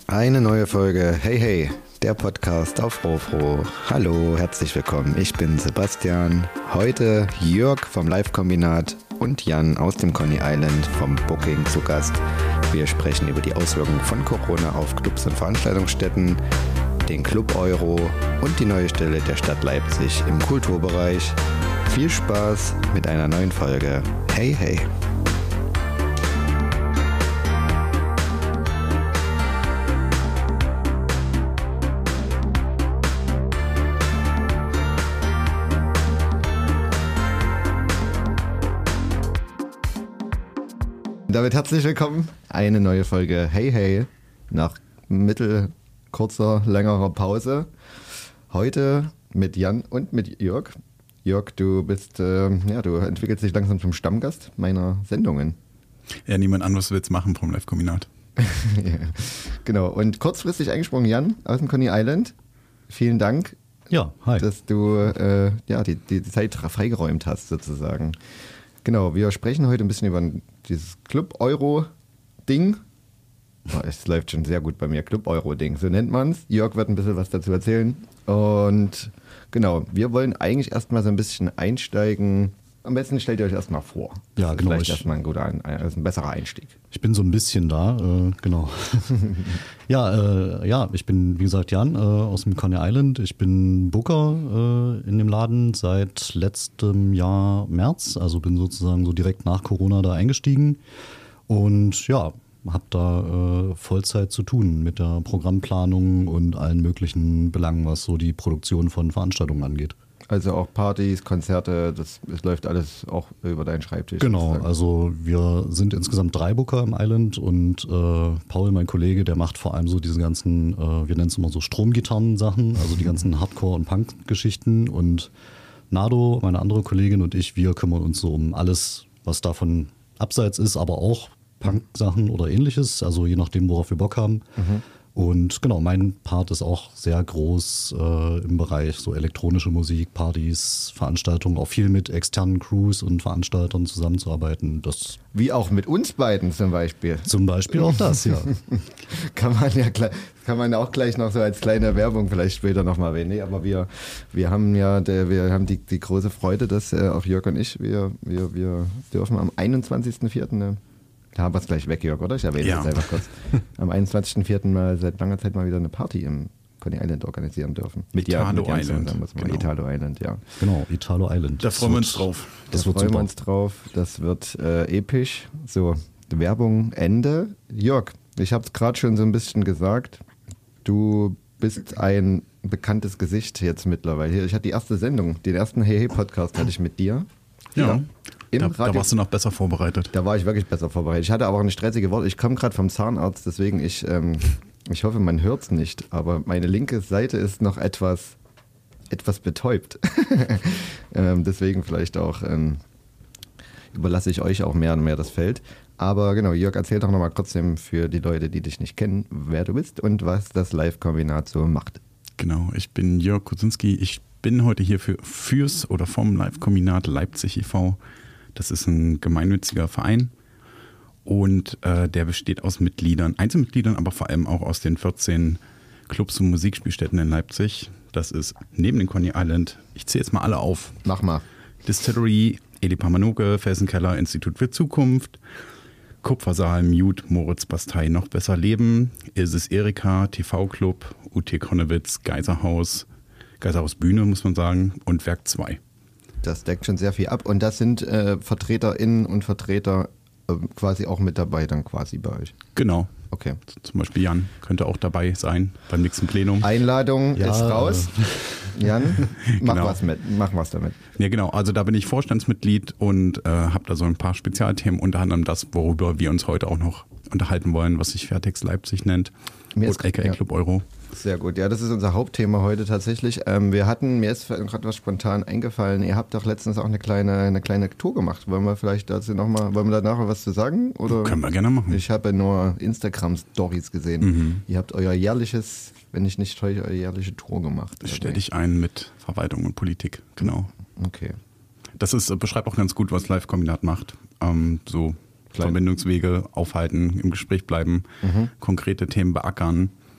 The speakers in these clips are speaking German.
Eine neue Folge Hey Hey, der Podcast auf Rofro. Hallo, herzlich willkommen. Ich bin Sebastian. Heute Jörg vom Live-Kombinat und Jan aus dem Coney Island vom Booking zu Gast. Wir sprechen über die Auswirkungen von Corona auf Clubs und Veranstaltungsstätten, den Club Euro und die neue Stelle der Stadt Leipzig im Kulturbereich. Viel Spaß mit einer neuen Folge Hey Hey. Damit herzlich willkommen. Eine neue Folge Hey Hey nach kurzer, längerer Pause. Heute mit Jan und mit Jörg. Jörg, du bist, du entwickelst dich langsam zum Stammgast meiner Sendungen. Ja, niemand anderes will es machen vom Live-Kombinat. Ja, genau. Und kurzfristig eingesprungen, Jan aus dem Coney Island. Vielen Dank, dass du die Zeit freigeräumt hast sozusagen. Genau, wir sprechen heute ein bisschen über dieses Club-Euro-Ding. Es läuft schon sehr gut bei mir, Club-Euro-Ding, so nennt man es. Jörg wird ein bisschen was dazu erzählen. Und genau, wir wollen eigentlich erstmal so ein bisschen einsteigen. Am besten stellt ihr euch erstmal vor. Ja, genau. Vielleicht erstmal ein besserer Einstieg. Ich bin so ein bisschen da, genau. Ich bin, wie gesagt, Jan aus dem Coney Island. Ich bin Booker in dem Laden seit letztem Jahr März. Also bin sozusagen so direkt nach Corona da eingestiegen. Und ja, habe da Vollzeit zu tun mit der Programmplanung und allen möglichen Belangen, was so die Produktion von Veranstaltungen angeht. Also auch Partys, Konzerte, das läuft alles auch über deinen Schreibtisch. Genau, sozusagen. Also wir sind insgesamt 3 Booker im Island und Paul, mein Kollege, der macht vor allem so diese ganzen, wir nennen es immer so Stromgitarren-Sachen, also die ganzen Hardcore- und Punk-Geschichten, und Nado, meine andere Kollegin, und ich, wir kümmern uns so um alles, was davon abseits ist, aber auch Punk-Sachen oder ähnliches, also je nachdem, worauf wir Bock haben. Mhm. Und genau, mein Part ist auch sehr groß im Bereich so elektronische Musik, Partys, Veranstaltungen, auch viel mit externen Crews und Veranstaltern zusammenzuarbeiten. Das wie auch mit uns beiden zum Beispiel. Zum Beispiel auch das, ja. Kann man auch gleich noch so als kleine Werbung vielleicht später nochmal erwähnen. Nee, aber wir haben ja die große Freude, dass auch Jörg und ich, wir dürfen am 21.04. Da haben wir es gleich weg, Jörg, oder? Ich erwähne das einfach kurz. Am 21.04. mal seit langer Zeit mal wieder eine Party im Coney Island organisieren dürfen. Italo Island. Genau. Italo Island, ja. Genau, Italo Island. Da freuen wir uns drauf. Da freuen wir uns drauf. Das wird episch. So, Werbung, Ende. Jörg, ich habe es gerade schon so ein bisschen gesagt. Du bist ein bekanntes Gesicht jetzt mittlerweile. Ich hatte die erste Sendung, den ersten Hey Hey Podcast hatte ich mit dir. Ja. Da warst du noch besser vorbereitet. Da war ich wirklich besser vorbereitet. Ich hatte aber auch eine stressige Woche. Ich komme gerade vom Zahnarzt, deswegen ich hoffe, man hört es nicht. Aber meine linke Seite ist noch etwas betäubt. Deswegen vielleicht auch überlasse ich euch auch mehr und mehr das Feld. Aber genau, Jörg, erzähl doch nochmal trotzdem für die Leute, die dich nicht kennen, wer du bist und was das Live-Kombinat so macht. Genau, ich bin Jörg Kuczynski. Ich bin heute hier vom Live-Kombinat Leipzig e.V. Das ist ein gemeinnütziger Verein und der besteht aus Mitgliedern, Einzelmitgliedern, aber vor allem auch aus den 14 Clubs und Musikspielstätten in Leipzig. Das ist neben den Coney Island, ich zähle jetzt mal alle auf. Mach mal. Distillery, Eli Pamanoke, Felsenkeller, Institut für Zukunft, Kupfersaal, Mute, Moritz Bastei, Noch besser leben, Ilses Erika, TV-Club, UT Konnewitz, Geiserhaus Bühne, muss man sagen, und Werk 2. Das deckt schon sehr viel ab. Und das sind VertreterInnen und Vertreter quasi auch mit dabei dann quasi bei euch? Genau. Okay. Zum Beispiel Jan könnte auch dabei sein beim nächsten Plenum. Einladung ist raus. Jan, mach genau. Mach was damit. Ja, genau. Also da bin ich Vorstandsmitglied und habe da so ein paar Spezialthemen, unter anderem das, worüber wir uns heute auch noch unterhalten wollen, was sich Fairtex Leipzig nennt. aka Club Euro. Sehr gut. Ja, das ist unser Hauptthema heute tatsächlich. Mir ist gerade was spontan eingefallen. Ihr habt doch letztens auch eine kleine Tour gemacht. Wollen wir da nachher was zu sagen? Oder? Können wir gerne machen. Ich habe nur Instagram-Stories gesehen. Mhm. Ihr habt euer jährliches, wenn ich nicht täusche, eure jährliche Tour gemacht. Stell dich ein mit Verwaltung und Politik, genau. Okay. Das beschreibt auch ganz gut, was Live-Kombinat macht. Verbindungswege aufhalten, im Gespräch bleiben, konkrete Themen beackern.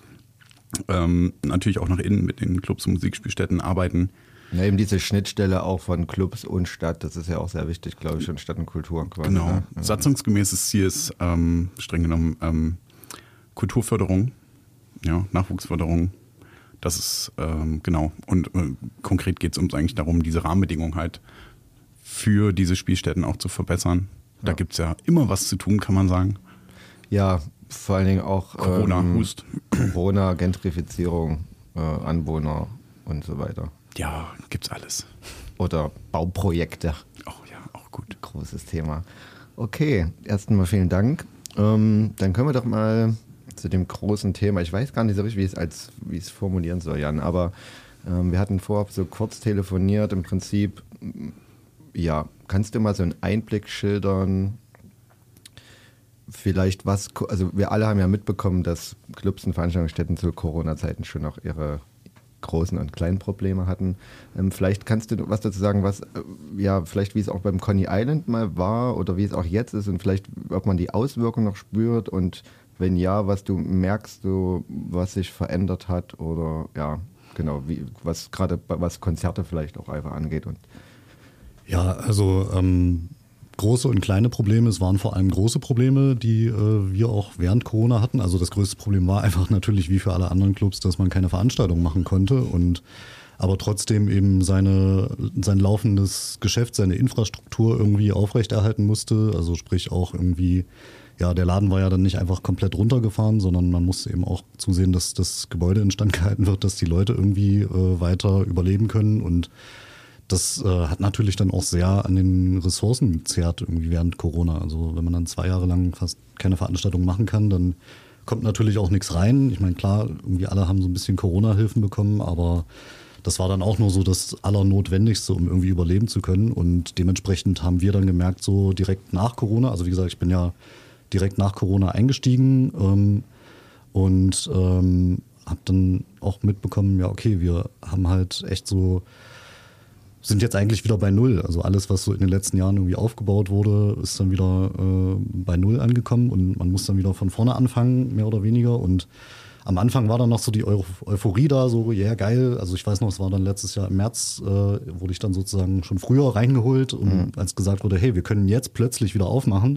Natürlich auch nach innen mit den Clubs und Musikspielstätten arbeiten. Ja, eben diese Schnittstelle auch von Clubs und Stadt, das ist ja auch sehr wichtig, glaube ich, in Stadt und Kultur quasi. Genau. Ne? Satzungsgemäßes Ziel ist streng genommen Kulturförderung, ja, Nachwuchsförderung. Das ist genau. Und konkret geht es uns eigentlich darum, diese Rahmenbedingungen halt für diese Spielstätten auch zu verbessern. Da gibt es ja immer was zu tun, kann man sagen. Ja, vor allen Dingen auch Corona, Gentrifizierung, Anwohner und so weiter. Ja, gibt's alles. Oder Bauprojekte. Oh ja, auch gut. Großes Thema. Okay, erst einmal vielen Dank. Dann können wir doch mal zu dem großen Thema, ich weiß gar nicht so richtig, wie ich es formulieren soll, Jan, aber wir hatten vorab so kurz telefoniert, im Prinzip, ja, kannst du mal so einen Einblick schildern, vielleicht also wir alle haben ja mitbekommen, dass Clubs und Veranstaltungsstätten zu Corona-Zeiten schon auch ihre großen und kleinen Probleme hatten. Vielleicht kannst du was dazu sagen, vielleicht wie es auch beim Coney Island mal war oder wie es auch jetzt ist und vielleicht, ob man die Auswirkungen noch spürt und wenn ja, was du merkst, was sich verändert hat oder ja, genau, was Konzerte vielleicht auch einfach angeht. Ja, also große und kleine Probleme, es waren vor allem große Probleme, die wir auch während Corona hatten. Also das größte Problem war einfach natürlich wie für alle anderen Clubs, dass man keine Veranstaltungen machen konnte und aber trotzdem eben sein laufendes Geschäft, seine Infrastruktur irgendwie aufrechterhalten musste. Also sprich auch irgendwie, ja, der Laden war ja dann nicht einfach komplett runtergefahren, sondern man musste eben auch zusehen, dass das Gebäude instand gehalten wird, dass die Leute irgendwie weiter überleben können und das hat natürlich dann auch sehr an den Ressourcen gezerrt irgendwie während Corona. Also wenn man dann 2 Jahre lang fast keine Veranstaltung machen kann, dann kommt natürlich auch nichts rein. Ich meine, klar, irgendwie alle haben so ein bisschen Corona-Hilfen bekommen, aber das war dann auch nur so das Allernotwendigste, um irgendwie überleben zu können. Und dementsprechend haben wir dann gemerkt, so direkt nach Corona, also wie gesagt, ich bin ja direkt nach Corona eingestiegen und habe dann auch mitbekommen, ja okay, wir haben halt echt sind jetzt eigentlich wieder bei Null. Also alles, was so in den letzten Jahren irgendwie aufgebaut wurde, ist dann wieder bei Null angekommen und man muss dann wieder von vorne anfangen, mehr oder weniger. Und am Anfang war dann noch so die Euphorie da, so, ja, geil. Also ich weiß noch, es war dann letztes Jahr im März, wurde ich dann sozusagen schon früher reingeholt und als gesagt wurde, hey, wir können jetzt plötzlich wieder aufmachen.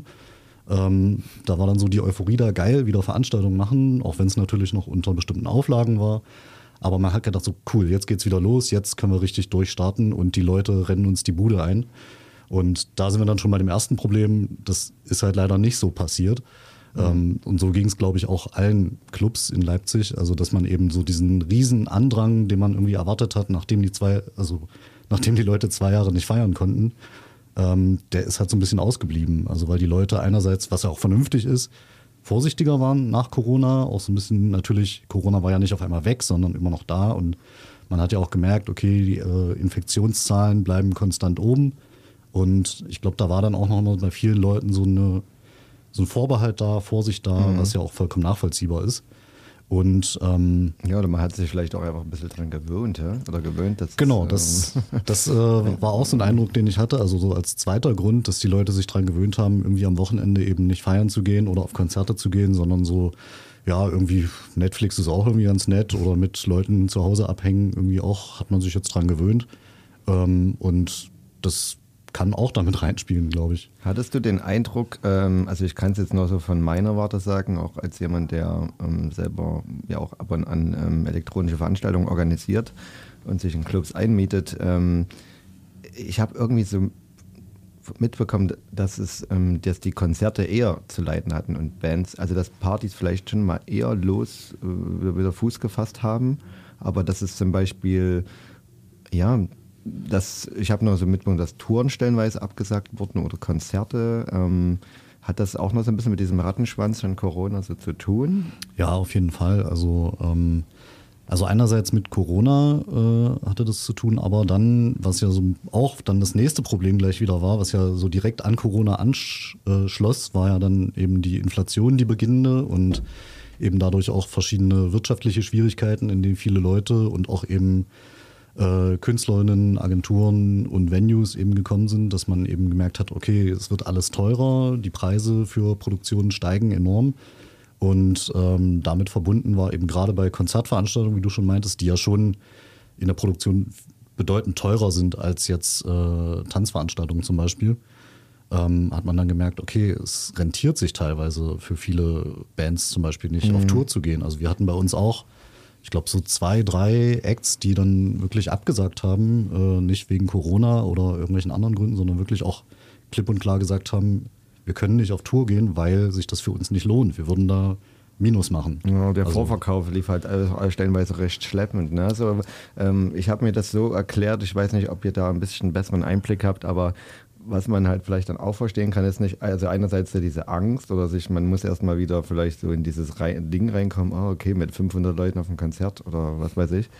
Da war dann so die Euphorie da, geil, wieder Veranstaltungen machen, auch wenn es natürlich noch unter bestimmten Auflagen war. Aber man hat gedacht, so cool, jetzt geht's wieder los, jetzt können wir richtig durchstarten und die Leute rennen uns die Bude ein. Und da sind wir dann schon bei dem ersten Problem, das ist halt leider nicht so passiert. Und so ging es, glaube ich, auch allen Clubs in Leipzig. Also dass man eben so diesen riesen Andrang, den man irgendwie erwartet hat, nachdem die Leute 2 Jahre nicht feiern konnten, der ist halt so ein bisschen ausgeblieben. Also weil die Leute einerseits, was ja auch vernünftig ist, vorsichtiger waren nach Corona, auch so ein bisschen natürlich, Corona war ja nicht auf einmal weg, sondern immer noch da und man hat ja auch gemerkt, okay, die Infektionszahlen bleiben konstant oben und ich glaube, da war dann auch noch bei vielen Leuten so ein Vorbehalt da, Vorsicht da, was ja auch vollkommen nachvollziehbar ist. Und ja, oder man hat sich vielleicht auch einfach ein bisschen dran gewöhnt, ja? Oder gewöhnt. Genau, das war auch so ein Eindruck, den ich hatte. Also so als zweiter Grund, dass die Leute sich dran gewöhnt haben, irgendwie am Wochenende eben nicht feiern zu gehen oder auf Konzerte zu gehen, sondern so, ja, irgendwie Netflix ist auch irgendwie ganz nett oder mit Leuten zu Hause abhängen, irgendwie auch, hat man sich jetzt dran gewöhnt. Und das kann auch damit reinspielen, glaube ich. Hattest du den Eindruck, also ich kann es jetzt nur so von meiner Warte sagen, auch als jemand, der selber ja auch ab und an elektronische Veranstaltungen organisiert und sich in Clubs einmietet, ich habe irgendwie so mitbekommen, dass die Konzerte eher zu leiden hatten und Bands, also dass Partys vielleicht schon mal eher wieder Fuß gefasst haben, aber dass es zum Beispiel, ja, ich habe noch so mitbekommen, dass Touren stellenweise abgesagt wurden oder Konzerte. Hat das auch noch so ein bisschen mit diesem Rattenschwanz von Corona so zu tun? Ja, auf jeden Fall. Also einerseits mit Corona hatte das zu tun, aber dann, was ja so auch dann das nächste Problem gleich wieder war, was ja so direkt an Corona anschloss, war ja dann eben die Inflation, die beginnende und eben dadurch auch verschiedene wirtschaftliche Schwierigkeiten, in denen viele Leute und auch eben Künstlerinnen, Agenturen und Venues eben gekommen sind, dass man eben gemerkt hat, okay, es wird alles teurer, die Preise für Produktionen steigen enorm Und damit verbunden war eben gerade bei Konzertveranstaltungen, wie du schon meintest, die ja schon in der Produktion bedeutend teurer sind als jetzt Tanzveranstaltungen zum Beispiel, hat man dann gemerkt, okay, es rentiert sich teilweise für viele Bands zum Beispiel nicht auf Tour zu gehen. Also wir hatten bei uns auch, ich glaube, so 2, 3 Acts, die dann wirklich abgesagt haben, nicht wegen Corona oder irgendwelchen anderen Gründen, sondern wirklich auch klipp und klar gesagt haben, wir können nicht auf Tour gehen, weil sich das für uns nicht lohnt. Wir würden da Minus machen. Ja, der Vorverkauf lief halt stellenweise recht schleppend. Ne? Also, ich habe mir das so erklärt, ich weiß nicht, ob ihr da ein bisschen besseren Einblick habt, aber was man halt vielleicht dann auch verstehen kann, ist nicht, also einerseits ja diese Angst oder man muss erstmal wieder vielleicht so in dieses Ding reinkommen, okay, mit 500 Leuten auf dem Konzert oder was weiß ich,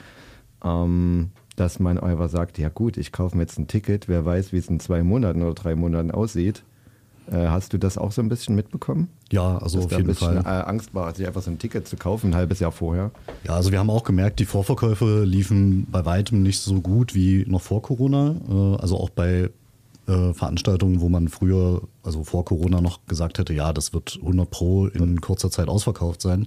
dass man einfach sagt, ja gut, ich kaufe mir jetzt ein Ticket, wer weiß, wie es in 2 Monaten oder 3 Monaten aussieht. Hast du das auch so ein bisschen mitbekommen? Ja, also dass auf jeden Fall. Angst war, sich einfach so ein Ticket zu kaufen, ein halbes Jahr vorher. Ja, also wir haben auch gemerkt, die Vorverkäufe liefen bei weitem nicht so gut wie noch vor Corona. Also auch bei Veranstaltungen, wo man früher, also vor Corona noch gesagt hätte, ja, das wird 100 Pro in kurzer Zeit ausverkauft sein,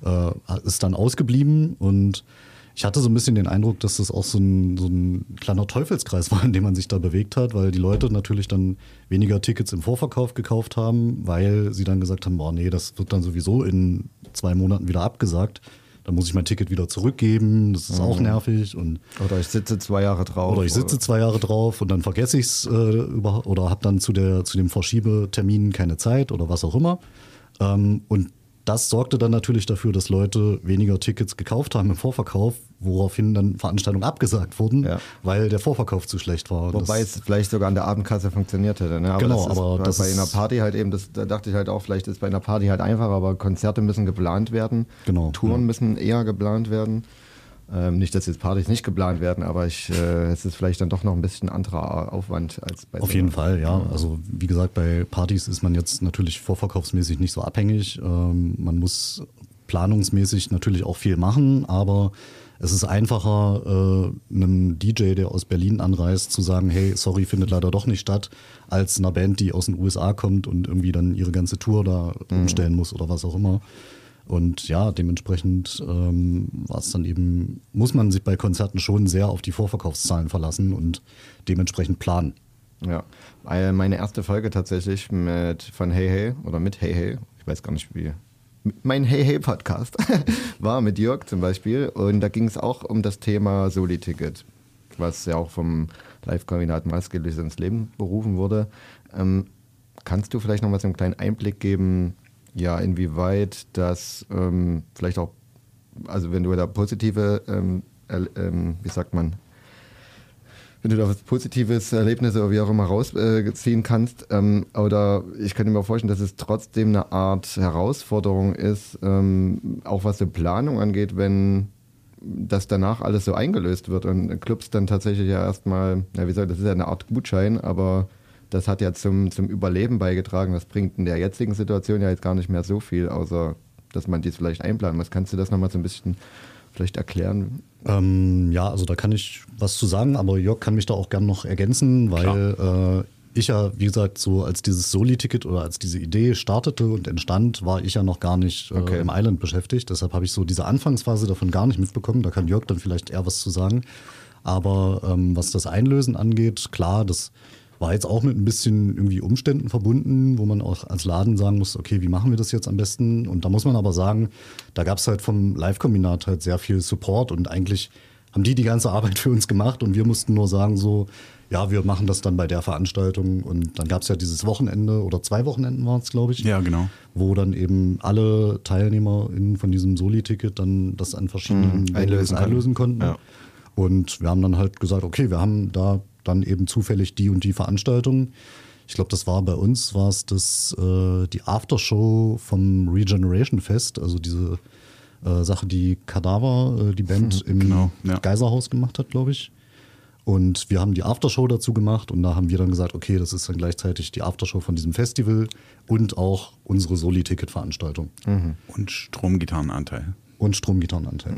ist dann ausgeblieben und ich hatte so ein bisschen den Eindruck, dass das auch so ein kleiner Teufelskreis war, in dem man sich da bewegt hat, weil die Leute natürlich dann weniger Tickets im Vorverkauf gekauft haben, weil sie dann gesagt haben, boah, nee, das wird dann sowieso in 2 Monaten wieder abgesagt. Dann muss ich mein Ticket wieder zurückgeben, das ist auch nervig. Oder ich sitze 2 Jahre drauf. Oder ich sitze 2 Jahre drauf und dann vergesse ich es oder habe dann zu dem Verschiebetermin keine Zeit oder was auch immer. Und das sorgte dann natürlich dafür, dass Leute weniger Tickets gekauft haben im Vorverkauf, woraufhin dann Veranstaltungen abgesagt wurden, weil der Vorverkauf zu schlecht war. Wobei es vielleicht sogar an der Abendkasse funktioniert hätte. Ne? Aber genau, das ist bei einer Party halt eben, da dachte ich halt auch, vielleicht ist bei einer Party halt einfacher, aber Konzerte müssen geplant werden, Touren müssen eher geplant werden. Nicht, dass jetzt Partys nicht geplant werden, aber es ist vielleicht dann doch noch ein bisschen anderer Aufwand als bei Auf jeden Fall, ja. Also wie gesagt, bei Partys ist man jetzt natürlich vorverkaufsmäßig nicht so abhängig. Man muss planungsmäßig natürlich auch viel machen, aber es ist einfacher, einem DJ, der aus Berlin anreist, zu sagen, hey, sorry, findet leider doch nicht statt, als einer Band, die aus den USA kommt und irgendwie dann ihre ganze Tour da umstellen muss oder was auch immer. Und ja, dementsprechend war es dann eben, muss man sich bei Konzerten schon sehr auf die Vorverkaufszahlen verlassen und dementsprechend planen. Ja, meine erste Folge tatsächlich von Hey Hey oder mit Hey Hey, ich weiß gar nicht wie, mein Hey Hey Podcast war mit Jörg zum Beispiel und da ging es auch um das Thema Soli-Ticket, was ja auch vom Live-Kombinat maßgeblich ins Leben berufen wurde. Kannst du vielleicht noch mal so einen kleinen Einblick geben, ja, inwieweit das vielleicht auch, also wenn du da positive, wie sagt man, wenn du da was positives Erlebnis oder wie auch immer rausziehen kannst, oder ich könnte mir vorstellen, dass es trotzdem eine Art Herausforderung ist, auch was die Planung angeht, wenn das danach alles so eingelöst wird und Clubs dann tatsächlich ja erstmal, das ist ja eine Art Gutschein, aber das hat ja zum Überleben beigetragen. Das bringt in der jetzigen Situation ja jetzt gar nicht mehr so viel, außer dass man dies vielleicht einplanen muss. Kannst du das nochmal so ein bisschen vielleicht erklären? Ja, also da kann ich was zu sagen, aber Jörg kann mich da auch gern noch ergänzen, weil ich ja, wie gesagt, so als dieses Soli-Ticket oder als diese Idee startete und entstand, war ich ja noch gar nicht im Island beschäftigt. Deshalb habe ich so diese Anfangsphase davon gar nicht mitbekommen. Da kann Jörg dann vielleicht eher was zu sagen. Aber was das Einlösen angeht, klar, das war jetzt auch mit ein bisschen irgendwie Umständen verbunden, wo man auch als Laden sagen muss, okay, wie machen wir das jetzt am besten? Und da muss man aber sagen, da gab es halt vom Live-Kombinat halt sehr viel Support und eigentlich haben die ganze Arbeit für uns gemacht und wir mussten nur sagen so, ja, wir machen das dann bei der Veranstaltung und dann gab es ja dieses Wochenende oder 2 Wochenenden waren es, glaube ich. Ja, genau. Wo dann eben alle TeilnehmerInnen von diesem Soli-Ticket dann das an verschiedenen einlösen konnten. Ja. Und wir haben dann halt gesagt, okay, wir haben da dann eben zufällig die und die Veranstaltung. Ich glaube, das war bei uns, war es die Aftershow vom Regeneration Fest, also diese Sache, die Kadaver, die Band im Geiserhaus gemacht hat, glaube ich. Und wir haben die Aftershow dazu gemacht und da haben wir dann gesagt, okay, das ist dann gleichzeitig die Aftershow von diesem Festival und auch unsere Soli-Ticket-Veranstaltung. Und Stromgitarrenanteil. Und Stromgitarrenanteil.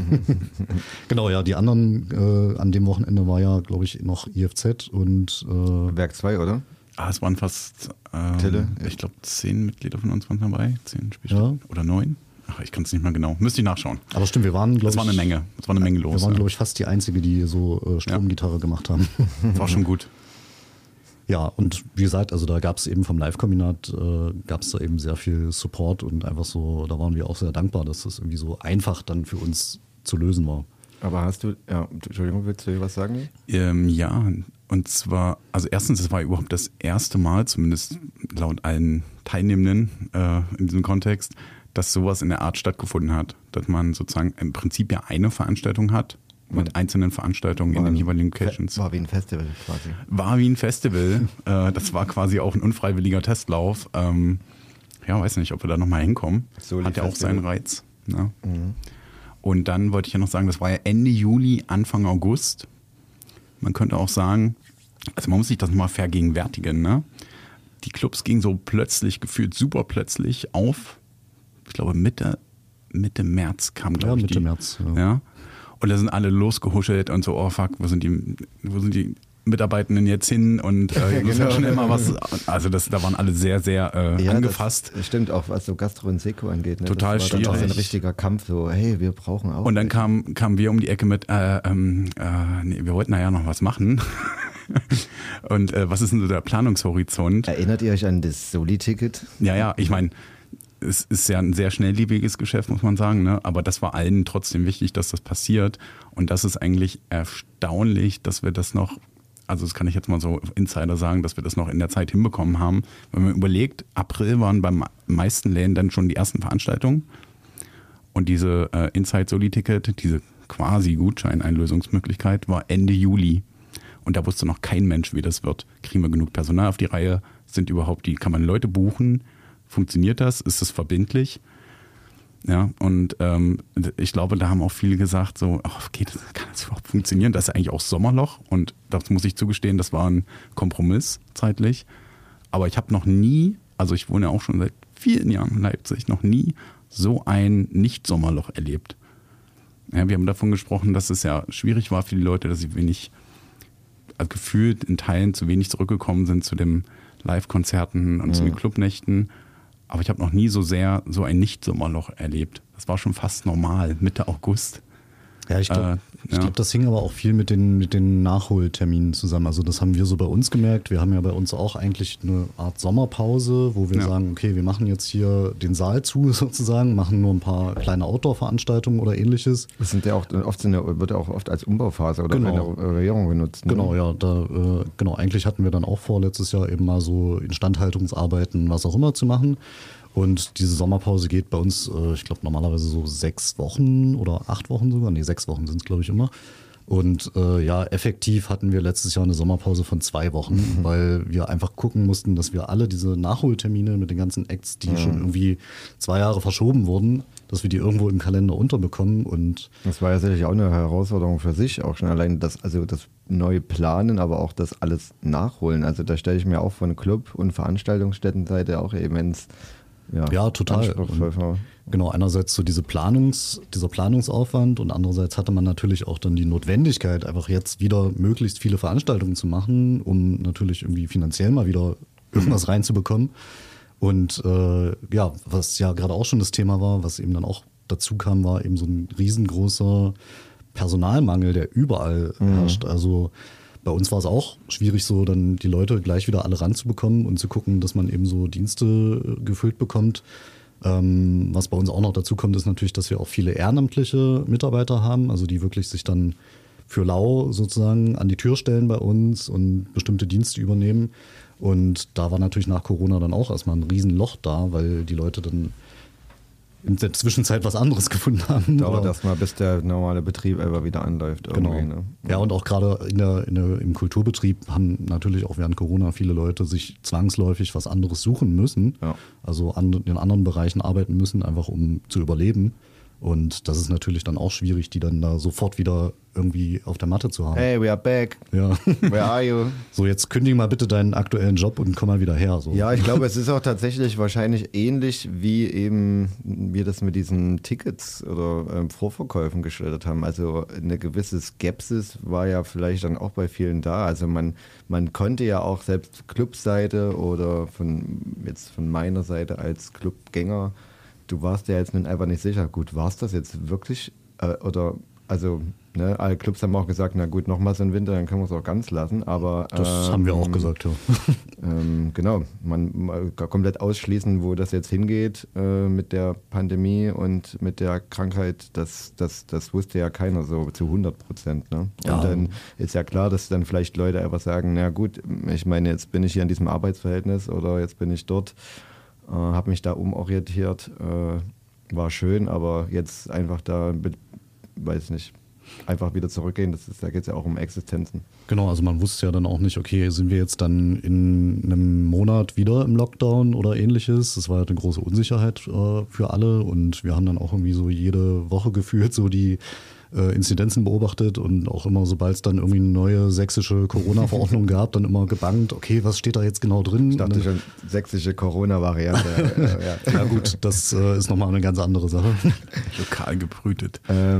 Genau, ja, die anderen an dem Wochenende war ja, glaube ich, noch IFZ und Werk 2, oder? Es waren fast, ich glaube, 10 Mitglieder von uns waren dabei. 10 Spielstätten oder 9. Ach, ich kann es nicht mehr genau. Müsste ich nachschauen. Aber stimmt, wir waren, glaube ich... Es war eine Menge. Es war eine Menge los. Wir waren, glaube ich, fast die Einzige, die so Stromgitarre gemacht haben. War schon gut. Ja, und wie gesagt, also da gab es eben vom Live-Kombinat, gab es da eben sehr viel Support und einfach so, da waren wir auch sehr dankbar, dass das irgendwie so einfach dann für uns zu lösen war. Aber hast du, Entschuldigung, willst du was sagen? Ja, und zwar, also erstens, es war überhaupt das erste Mal, zumindest laut allen Teilnehmenden in diesem Kontext, dass sowas in der Art stattgefunden hat. Dass man sozusagen im Prinzip ja eine Veranstaltung hat mit einzelnen Veranstaltungen in den jeweiligen Locations. War wie ein Festival quasi. War wie ein Festival. Das war quasi auch ein unfreiwilliger Testlauf. Weiß nicht, ob wir da nochmal hinkommen. Hat ja auch seinen Reiz. Ne? Mhm. Und dann wollte ich ja noch sagen, das war ja Ende Juli, Anfang August. Man könnte auch sagen, also man muss sich das mal vergegenwärtigen, ne? Die Clubs gingen so plötzlich, gefühlt super plötzlich auf. Ich glaube Mitte März kam, glaube ich. Mitte März. Ja. Und da sind alle losgehuschelt und so, oh fuck, wo sind die Mitarbeitenden jetzt hin? Und muss ja schon immer was. Also da waren alle sehr, sehr angefasst. Das stimmt auch, was so Gastro und Seko angeht. Ne? Total das war schwierig. Dann auch so ein richtiger Kampf, so, hey, wir brauchen auch. Und dann kamen wir um die Ecke mit, wir wollten da ja noch was machen. Und was ist denn so der Planungshorizont? Erinnert ihr euch an das Soli-Ticket? Ja, ich meine, es ist ja ein sehr schnelllebiges Geschäft, muss man sagen, ne? Aber das war allen trotzdem wichtig, dass das passiert. Und das ist eigentlich erstaunlich, dass wir das noch, also das kann ich jetzt mal so Insider sagen, dass wir das noch in der Zeit hinbekommen haben. Wenn man überlegt, April waren beim meisten Läden dann schon die ersten Veranstaltungen. Und diese Inside-Soli-Ticket, diese quasi Gutscheineinlösungsmöglichkeit, war Ende Juli. Und da wusste noch kein Mensch, wie das wird. Kriegen wir genug Personal auf die Reihe? Kann man Leute buchen? Funktioniert das? Ist das verbindlich? Ja, und ich glaube, da haben auch viele gesagt, so, kann das überhaupt funktionieren? Das ist eigentlich auch Sommerloch und das muss ich zugestehen, das war ein Kompromiss zeitlich. Aber ich habe noch nie, also ich wohne ja auch schon seit vielen Jahren in Leipzig, noch nie so ein Nicht-Sommerloch erlebt. Ja, wir haben davon gesprochen, dass es ja schwierig war für die Leute, dass sie gefühlt in Teilen zu wenig zurückgekommen sind zu den Live-Konzerten und zu den Clubnächten. Aber ich habe noch nie so ein Nicht-Sommerloch erlebt. Das war schon fast normal, Mitte August. Ja, ich glaube, das hing aber auch viel mit den Nachholterminen zusammen. Also das haben wir so bei uns gemerkt. Wir haben ja bei uns auch eigentlich eine Art Sommerpause, wo wir sagen, okay, wir machen jetzt hier den Saal zu sozusagen, machen nur ein paar kleine Outdoor-Veranstaltungen oder ähnliches. Das sind ja auch wird ja auch oft als Umbauphase oder Renovierung genutzt. Ne? Genau, ja. Eigentlich hatten wir dann auch vor, letztes Jahr eben mal so Instandhaltungsarbeiten, was auch immer zu machen. Und diese Sommerpause geht bei uns, ich glaube normalerweise so 6 Wochen oder 8 Wochen sogar. 6 Wochen sind es, glaube ich, immer. Und effektiv hatten wir letztes Jahr eine Sommerpause von 2 Wochen, weil wir einfach gucken mussten, dass wir alle diese Nachholtermine mit den ganzen Acts, die schon irgendwie 2 Jahre verschoben wurden, dass wir die irgendwo im Kalender unterbekommen. Und das war ja sicherlich auch eine Herausforderung für sich, auch schon allein das neue Planen, aber auch das alles nachholen. Also da stelle ich mir auch von Club- und Veranstaltungsstättenseite auch immens total. Genau, einerseits so dieser Planungsaufwand und andererseits hatte man natürlich auch dann die Notwendigkeit, einfach jetzt wieder möglichst viele Veranstaltungen zu machen, um natürlich irgendwie finanziell mal wieder irgendwas reinzubekommen. Und was ja gerade auch schon das Thema war, was eben dann auch dazu kam, war eben so ein riesengroßer Personalmangel, der überall herrscht. Also bei uns war es auch schwierig, so dann die Leute gleich wieder alle ranzubekommen und zu gucken, dass man eben so Dienste gefüllt bekommt. Was bei uns auch noch dazu kommt, ist natürlich, dass wir auch viele ehrenamtliche Mitarbeiter haben, also die wirklich sich dann für lau sozusagen an die Tür stellen bei uns und bestimmte Dienste übernehmen. Und da war natürlich nach Corona dann auch erstmal ein Riesenloch da, weil die Leute dann in der Zwischenzeit was anderes gefunden haben. Dauert erstmal, bis der normale Betrieb einfach wieder anläuft. Genau. Ne? Ja, und auch gerade im Kulturbetrieb haben natürlich auch während Corona viele Leute sich zwangsläufig was anderes suchen müssen. Ja. Also in anderen Bereichen arbeiten müssen, einfach um zu überleben. Und das ist natürlich dann auch schwierig, die dann da sofort wieder irgendwie auf der Matte zu haben. Hey, we are back. Ja. Where are you? So, jetzt kündige mal bitte deinen aktuellen Job und komm mal wieder her. So. Ja, ich glaube, es ist auch tatsächlich wahrscheinlich ähnlich, wie eben wir das mit diesen Tickets oder Vorverkäufen geschildert haben. Also eine gewisse Skepsis war ja vielleicht dann auch bei vielen da. Also man konnte ja auch selbst Clubseite oder von meiner Seite als Clubgänger, du warst ja jetzt nun einfach nicht sicher. Gut, war es das jetzt wirklich? Alle Clubs haben auch gesagt, na gut, nochmal so ein Winter, dann können wir es auch ganz lassen. Aber das haben wir auch gesagt, ja. Genau, man komplett ausschließen, wo das jetzt hingeht mit der Pandemie und mit der Krankheit, das wusste ja keiner so zu 100%. Ne? Ja. Und dann ist ja klar, dass dann vielleicht Leute einfach sagen, na gut, ich meine, jetzt bin ich hier in diesem Arbeitsverhältnis oder jetzt bin ich dort, habe mich da umorientiert, war schön, aber jetzt einfach da, weiß nicht, einfach wieder zurückgehen, da geht es ja auch um Existenzen. Genau, also man wusste ja dann auch nicht, okay, sind wir jetzt dann in einem Monat wieder im Lockdown oder ähnliches. Das war halt eine große Unsicherheit für alle und wir haben dann auch irgendwie so jede Woche gefühlt so die Inzidenzen beobachtet und auch immer, sobald es dann irgendwie eine neue sächsische Corona-Verordnung gab, dann immer gebangt, okay, was steht da jetzt genau drin? Ich dachte schon, sächsische Corona-Variante. Ja gut, das ist nochmal eine ganz andere Sache. Lokal gebrütet.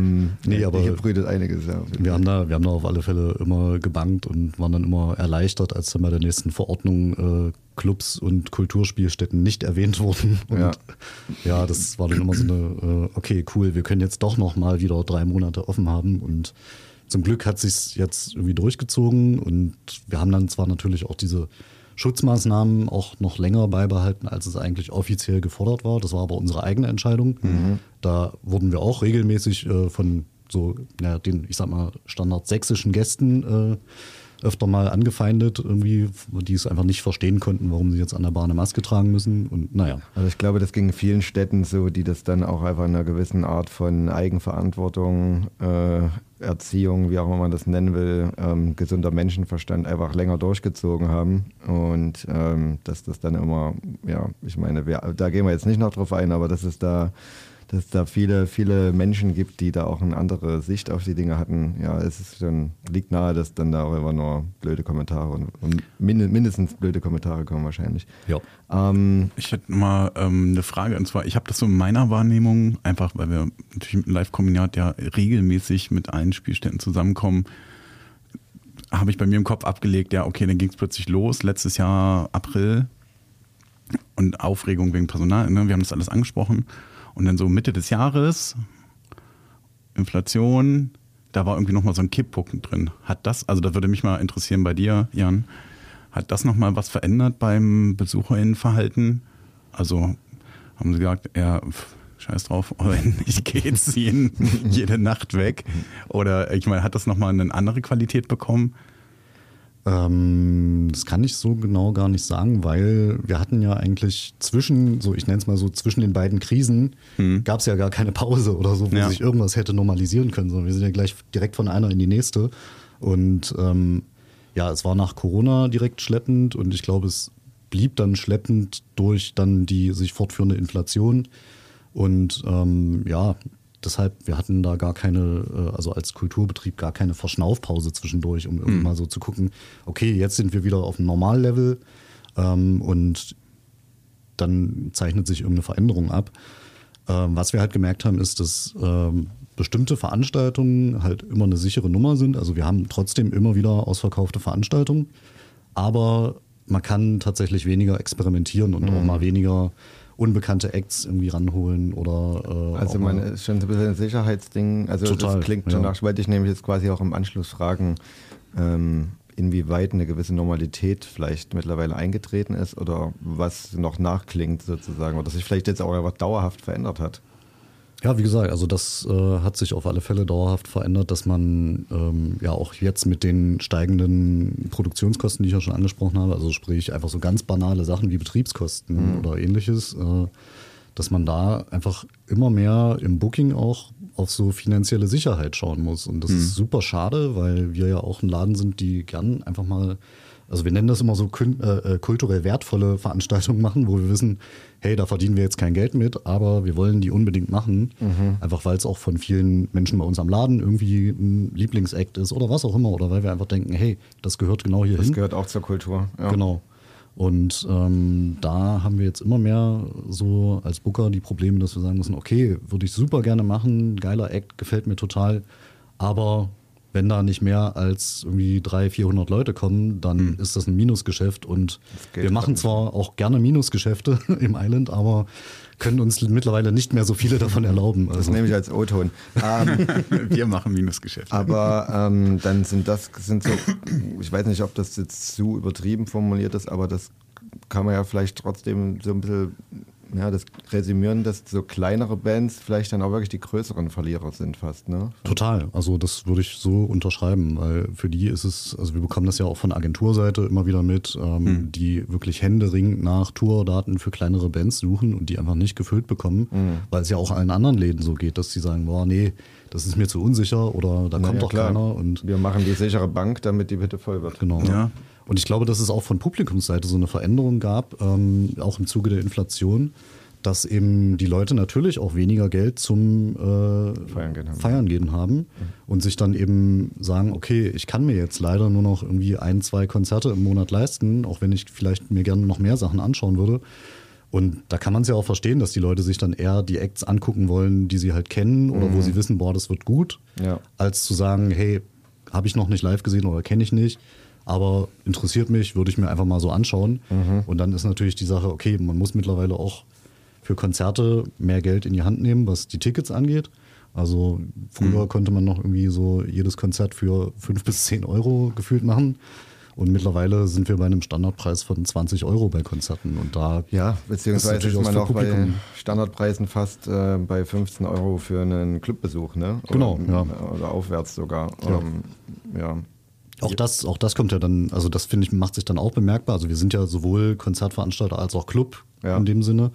Aber hier brütet einiges. Ja. Wir haben da auf alle Fälle immer gebangt und waren dann immer erleichtert, als dann bei der nächsten Verordnung Clubs und Kulturspielstätten nicht erwähnt wurden. Und ja, das war dann immer so eine, okay, cool, wir können jetzt doch nochmal wieder 3 Monate offen haben. Und zum Glück hat es sich jetzt irgendwie durchgezogen und wir haben dann zwar natürlich auch diese Schutzmaßnahmen auch noch länger beibehalten, als es eigentlich offiziell gefordert war. Das war aber unsere eigene Entscheidung. Mhm. Da wurden wir auch regelmäßig von so den, ich sag mal, standardsächsischen Gästen öfter mal angefeindet, irgendwie, die es einfach nicht verstehen konnten, warum sie jetzt an der Bahn eine Maske tragen müssen. Und naja. Also ich glaube, das ging in vielen Städten so, die das dann auch einfach in einer gewissen Art von Eigenverantwortung, Erziehung, wie auch immer man das nennen will, gesunder Menschenverstand einfach länger durchgezogen haben. Und dass das dann immer, ja, ich meine, da gehen wir jetzt nicht noch drauf ein, aber dass es da viele, viele Menschen gibt, die da auch eine andere Sicht auf die Dinge hatten. Ja, liegt nahe, dass dann darüber nur blöde Kommentare und mindestens blöde Kommentare kommen wahrscheinlich. Ja. Ich hätte mal eine Frage, und zwar, ich habe das so in meiner Wahrnehmung, einfach weil wir natürlich mit dem Live-Kombinat ja regelmäßig mit allen Spielstätten zusammenkommen, habe ich bei mir im Kopf abgelegt, ja okay, dann ging es plötzlich los, letztes Jahr April und Aufregung wegen Personal, ne? Wir haben das alles angesprochen. Und dann so Mitte des Jahres, Inflation, da war irgendwie nochmal so ein Kipppunkt drin. Das würde mich mal interessieren bei dir, Jan, hat das nochmal was verändert beim BesucherInnenverhalten? Also haben sie gesagt, ja, scheiß drauf, ich gehe jetzt jede Nacht weg? Oder ich meine, hat das nochmal eine andere Qualität bekommen? Das kann ich so genau gar nicht sagen, weil wir hatten ja eigentlich zwischen den beiden Krisen gab es ja gar keine Pause oder so, wo sich irgendwas hätte normalisieren können, sondern wir sind ja gleich direkt von einer in die nächste. Und es war nach Corona direkt schleppend und ich glaube, es blieb dann schleppend durch dann die sich fortführende Inflation. Und deshalb, wir hatten da gar keine, also als Kulturbetrieb gar keine Verschnaufpause zwischendurch, um irgendwie mal so zu gucken, okay, jetzt sind wir wieder auf einem Normallevel und dann zeichnet sich irgendeine Veränderung ab. Was wir halt gemerkt haben, ist, dass bestimmte Veranstaltungen halt immer eine sichere Nummer sind. Also wir haben trotzdem immer wieder ausverkaufte Veranstaltungen, aber man kann tatsächlich weniger experimentieren und auch mal weniger unbekannte Acts irgendwie ranholen oder also man ist schon so ein bisschen ein Sicherheitsding, also total, das klingt schon nach, wollte ich nämlich jetzt quasi auch im Anschluss fragen, inwieweit eine gewisse Normalität vielleicht mittlerweile eingetreten ist oder was noch nachklingt sozusagen oder sich vielleicht jetzt auch einfach dauerhaft verändert hat. Ja, wie gesagt, also das hat sich auf alle Fälle dauerhaft verändert, dass man auch jetzt mit den steigenden Produktionskosten, die ich ja schon angesprochen habe, also sprich einfach so ganz banale Sachen wie Betriebskosten oder ähnliches, dass man da einfach immer mehr im Booking auch auf so finanzielle Sicherheit schauen muss. Und das ist super schade, weil wir ja auch ein Laden sind, die gern einfach mal Also wir nennen das immer so kulturell wertvolle Veranstaltungen machen, wo wir wissen, hey, da verdienen wir jetzt kein Geld mit, aber wir wollen die unbedingt machen. Einfach weil es auch von vielen Menschen bei uns am Laden irgendwie ein Lieblingsakt ist oder was auch immer. Oder weil wir einfach denken, hey, das gehört genau hier hin. Das gehört auch zur Kultur. Ja. Genau. Und da haben wir jetzt immer mehr so als Booker die Probleme, dass wir sagen müssen, okay, würde ich super gerne machen, geiler Act, gefällt mir total, aber wenn da nicht mehr als irgendwie 300-400 Leute kommen, dann ist das ein Minusgeschäft und wir machen zwar auch gerne Minusgeschäfte im Island, aber können uns mittlerweile nicht mehr so viele davon erlauben. Also. Das nehme ich als O-Ton. Wir machen Minusgeschäfte. Aber dann sind so, ich weiß nicht, ob das jetzt zu übertrieben formuliert ist, aber das kann man ja vielleicht trotzdem so ein bisschen das resümieren, dass so kleinere Bands vielleicht dann auch wirklich die größeren Verlierer sind fast, ne? Total, also das würde ich so unterschreiben, weil für die ist es, also wir bekommen das ja auch von Agenturseite immer wieder mit, die wirklich händeringend nach Tourdaten für kleinere Bands suchen und die einfach nicht gefüllt bekommen, weil es ja auch allen anderen Läden so geht, dass sie sagen, boah, nee, das ist mir zu unsicher oder da kommt doch keiner. Und wir machen die sichere Bank, damit die bitte voll wird. Genau. Ja. Und ich glaube, dass es auch von Publikumsseite so eine Veränderung gab, auch im Zuge der Inflation, dass eben die Leute natürlich auch weniger Geld zum Feiern gehen haben und sich dann eben sagen, okay, ich kann mir jetzt leider nur noch irgendwie 1-2 Konzerte im Monat leisten, auch wenn ich vielleicht mir gerne noch mehr Sachen anschauen würde. Und da kann man es ja auch verstehen, dass die Leute sich dann eher die Acts angucken wollen, die sie halt kennen oder wo sie wissen, boah, das wird gut, als zu sagen, hey, habe ich noch nicht live gesehen oder kenne ich nicht. Aber interessiert mich, würde ich mir einfach mal so anschauen. Und dann ist natürlich die Sache, okay, man muss mittlerweile auch für Konzerte mehr Geld in die Hand nehmen, was die Tickets angeht. Also früher konnte man noch irgendwie so jedes Konzert für 5 bis 10 Euro gefühlt machen. Und mittlerweile sind wir bei einem Standardpreis von 20 Euro bei Konzerten. Und da beziehungsweise ist man auch bei Standardpreisen fast bei 15 Euro für einen Clubbesuch, ne? Genau, oder aufwärts sogar. Ja. Auch das kommt ja dann, also das finde ich, macht sich dann auch bemerkbar. Also wir sind ja sowohl Konzertveranstalter als auch Club in dem Sinne,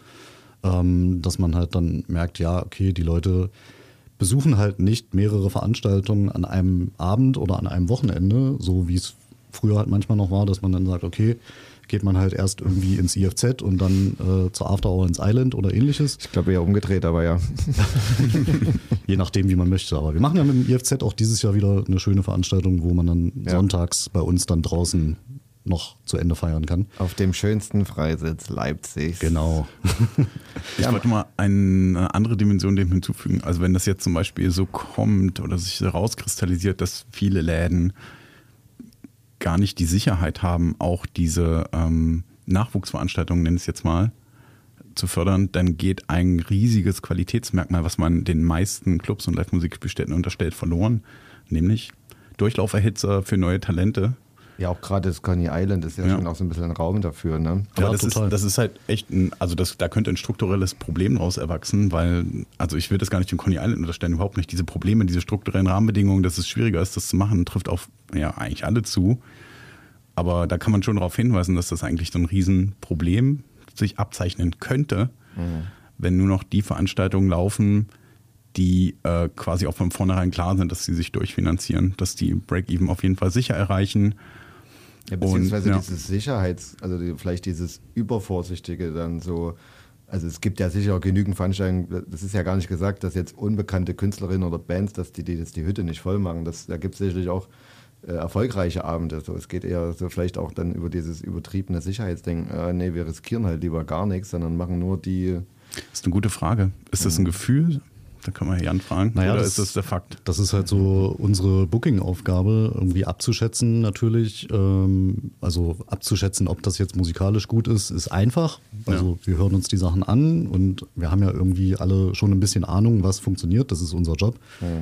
dass man halt dann merkt, ja, okay, die Leute besuchen halt nicht mehrere Veranstaltungen an einem Abend oder an einem Wochenende, so wie es früher halt manchmal noch war, dass man dann sagt, okay, geht man halt erst irgendwie ins IFZ und dann zur After Hour ins Island oder ähnliches. Ich glaube eher umgedreht, aber ja. Je nachdem, wie man möchte. Aber wir machen ja mit dem IFZ auch dieses Jahr wieder eine schöne Veranstaltung, wo man dann sonntags bei uns dann draußen noch zu Ende feiern kann. Auf dem schönsten Freisitz Leipzigs. Genau. Ich wollte mal eine andere Dimension dem hinzufügen. Also wenn das jetzt zum Beispiel so kommt oder sich herauskristallisiert, dass viele Läden gar nicht die Sicherheit haben, auch diese Nachwuchsveranstaltungen, nenne ich es jetzt mal, zu fördern, dann geht ein riesiges Qualitätsmerkmal, was man den meisten Clubs und Live-Musikstätten unterstellt, verloren, nämlich Durchlauferhitzer für neue Talente. Ja, auch gerade das Coney Island ist ja schon auch so ein bisschen ein Raum dafür, ne? Aber das ist halt echt da könnte ein strukturelles Problem daraus erwachsen, weil, also ich will das gar nicht dem Coney Island unterstellen, überhaupt nicht. Diese Probleme, diese strukturellen Rahmenbedingungen, dass es schwieriger ist, das zu machen, trifft auf eigentlich alle zu. Aber da kann man schon darauf hinweisen, dass das eigentlich so ein Riesenproblem sich abzeichnen könnte, wenn nur noch die Veranstaltungen laufen, die quasi auch von vornherein klar sind, dass sie sich durchfinanzieren, dass die Break-Even auf jeden Fall sicher erreichen. Ja, beziehungsweise dieses vielleicht dieses Übervorsichtige dann so, also es gibt ja sicher genügend Veranstaltungen, das ist ja gar nicht gesagt, dass jetzt unbekannte Künstlerinnen oder Bands, dass die Hütte nicht voll machen, da gibt es sicherlich auch erfolgreiche Abende. So, es geht eher so vielleicht auch dann über dieses übertriebene Sicherheitsdenken, nee, wir riskieren halt lieber gar nichts, sondern machen nur die... Das ist eine gute Frage. Ist das ein Gefühl? Da kann man Jan fragen. Naja, oder ist das der Fakt? Das ist halt so unsere Booking-Aufgabe, irgendwie abzuschätzen natürlich. Also abzuschätzen, ob das jetzt musikalisch gut ist einfach. Also wir hören uns die Sachen an und wir haben ja irgendwie alle schon ein bisschen Ahnung, was funktioniert. Das ist unser Job.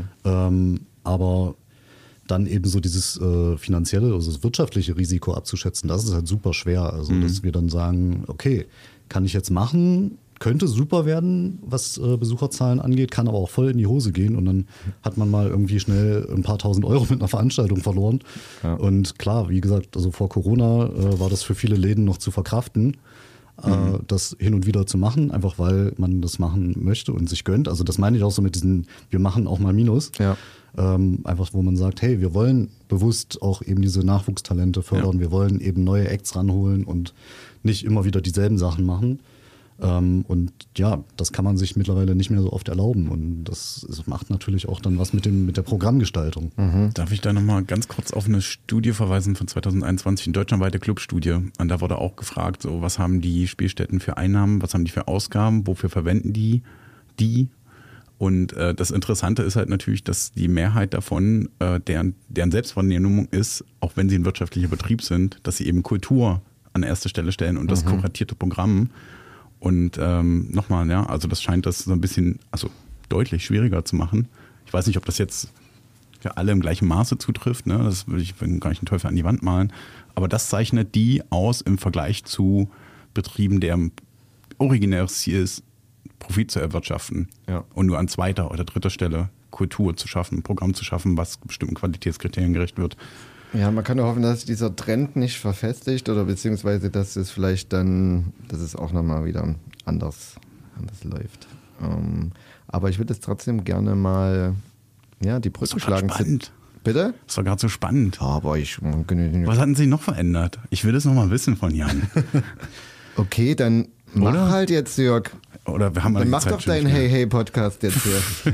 Aber dann eben so dieses finanzielle, also das wirtschaftliche Risiko abzuschätzen, das ist halt super schwer. Also dass wir dann sagen, okay, kann ich jetzt machen, könnte super werden, was Besucherzahlen angeht, kann aber auch voll in die Hose gehen und dann hat man mal irgendwie schnell ein paar tausend Euro mit einer Veranstaltung verloren. Ja. Und klar, wie gesagt, also vor Corona war das für viele Läden noch zu verkraften, das hin und wieder zu machen, einfach weil man das machen möchte und sich gönnt. Also das meine ich auch so mit diesen, wir machen auch mal Minus. Ja. Einfach, wo man sagt, hey, wir wollen bewusst auch eben diese Nachwuchstalente fördern, wir wollen eben neue Acts ranholen und nicht immer wieder dieselben Sachen machen. Und ja, das kann man sich mittlerweile nicht mehr so oft erlauben. Und das macht natürlich auch dann was mit der Programmgestaltung. Darf ich da nochmal ganz kurz auf eine Studie verweisen von 2021, eine deutschlandweite Clubstudie. Und da wurde auch gefragt, so, was haben die Spielstätten für Einnahmen, was haben die für Ausgaben, wofür verwenden die? Und das Interessante ist halt natürlich, dass die Mehrheit davon, deren Selbstwahrnehmung ist, auch wenn sie ein wirtschaftlicher Betrieb sind, dass sie eben Kultur an erste Stelle stellen und das kuratierte Programm. Und nochmal, ja, also das scheint das so ein bisschen, also deutlich schwieriger zu machen. Ich weiß nicht, ob das jetzt für alle im gleichen Maße zutrifft, ne? Das will ich gar nicht einen Teufel an die Wand malen. Aber das zeichnet die aus im Vergleich zu Betrieben, deren originäres Ziel ist, Profit zu erwirtschaften und nur an zweiter oder dritter Stelle Kultur zu schaffen, ein Programm zu schaffen, was bestimmten Qualitätskriterien gerecht wird. Ja, man kann nur hoffen, dass dieser Trend nicht verfestigt oder beziehungsweise, dass es vielleicht dann, dass es auch nochmal wieder anders läuft. Aber ich würde jetzt trotzdem gerne mal die Brücke schlagen. Spannend. Bitte? Das war gerade so spannend. Aber was hatten Sie noch verändert? Ich will das nochmal wissen von Jan. Okay, dann mach halt jetzt, Jörg. Oder wir haben dann mach doch deinen Hey-Hey-Podcast jetzt hier.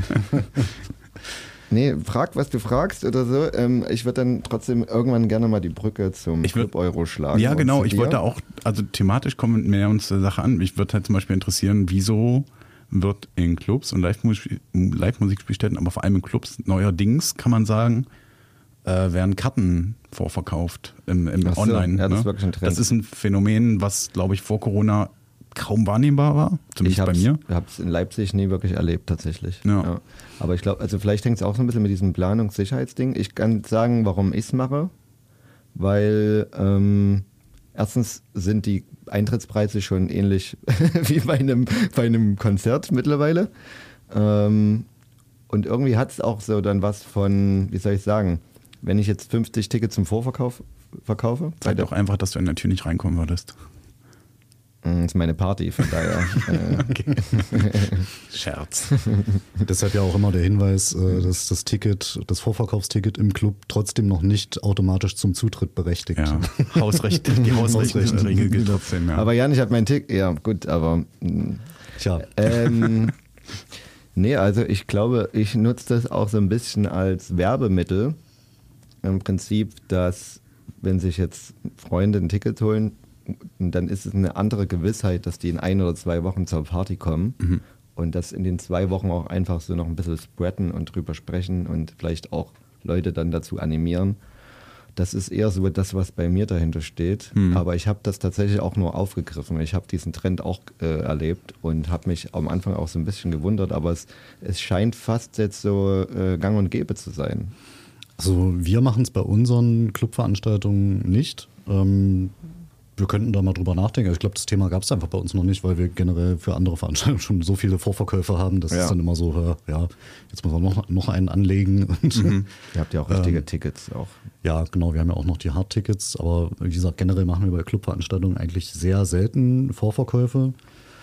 Nee, frag, was du fragst oder so. Ich würde dann trotzdem irgendwann gerne mal die Brücke zum Club Euro schlagen. Ja, genau. Ich wollte auch, also thematisch kommen wir uns der Sache an. Ich würde halt zum Beispiel interessieren, wieso wird in Clubs und Live-Musikspielstätten, aber vor allem in Clubs neuerdings, kann man sagen, werden Karten vorverkauft im Online. Ja, das ist ne? wirklich ein Trend. Das ist ein Phänomen, was, glaube ich, vor Corona kaum wahrnehmbar war, zumindest bei mir. Ich habe es in Leipzig nie wirklich erlebt, tatsächlich. Ja. Aber ich glaube, also vielleicht hängt es auch so ein bisschen mit diesem Planungssicherheitsding. Ich kann sagen, warum ich es mache, weil erstens sind die Eintrittspreise schon ähnlich wie bei einem Konzert mittlerweile. Und irgendwie hat es auch so dann was von, wie soll ich sagen, wenn ich jetzt 50 Tickets zum Vorverkauf verkaufe. Sag doch einfach, dass du in der Tür nicht reinkommen würdest. Das ist meine Party, von daher. Scherz. Deshalb ja auch immer der Hinweis, dass das Vorverkaufsticket im Club trotzdem noch nicht automatisch zum Zutritt berechtigt. Ja. Die Hausrechtsregel gilt trotzdem. Ja. Aber Jan, ich habe mein Ticket. Ja, gut, aber. Tja. Nee, also ich glaube, ich nutze das auch so ein bisschen als Werbemittel. Im Prinzip, dass, wenn sich jetzt Freunde ein Ticket holen, dann ist es eine andere Gewissheit, dass die in 1 oder 2 Wochen zur Party kommen und das in den 2 Wochen auch einfach so noch ein bisschen spreaden und drüber sprechen und vielleicht auch Leute dann dazu animieren. Das ist eher so das, was bei mir dahinter steht. Aber ich habe das tatsächlich auch nur aufgegriffen. Ich habe diesen Trend auch erlebt und habe mich am Anfang auch so ein bisschen gewundert, aber es scheint fast jetzt so gang und gäbe zu sein. Also wir machen es bei unseren Clubveranstaltungen nicht. Wir könnten da mal drüber nachdenken. Ich glaube, das Thema gab es einfach bei uns noch nicht, weil wir generell für andere Veranstaltungen schon so viele Vorverkäufe haben. Das ist dann immer so, jetzt muss man noch einen anlegen. Und, Ihr habt ja auch richtige Tickets auch. Ja, genau. Wir haben ja auch noch die Hardtickets. Aber wie gesagt, generell machen wir bei Clubveranstaltungen eigentlich sehr selten Vorverkäufe.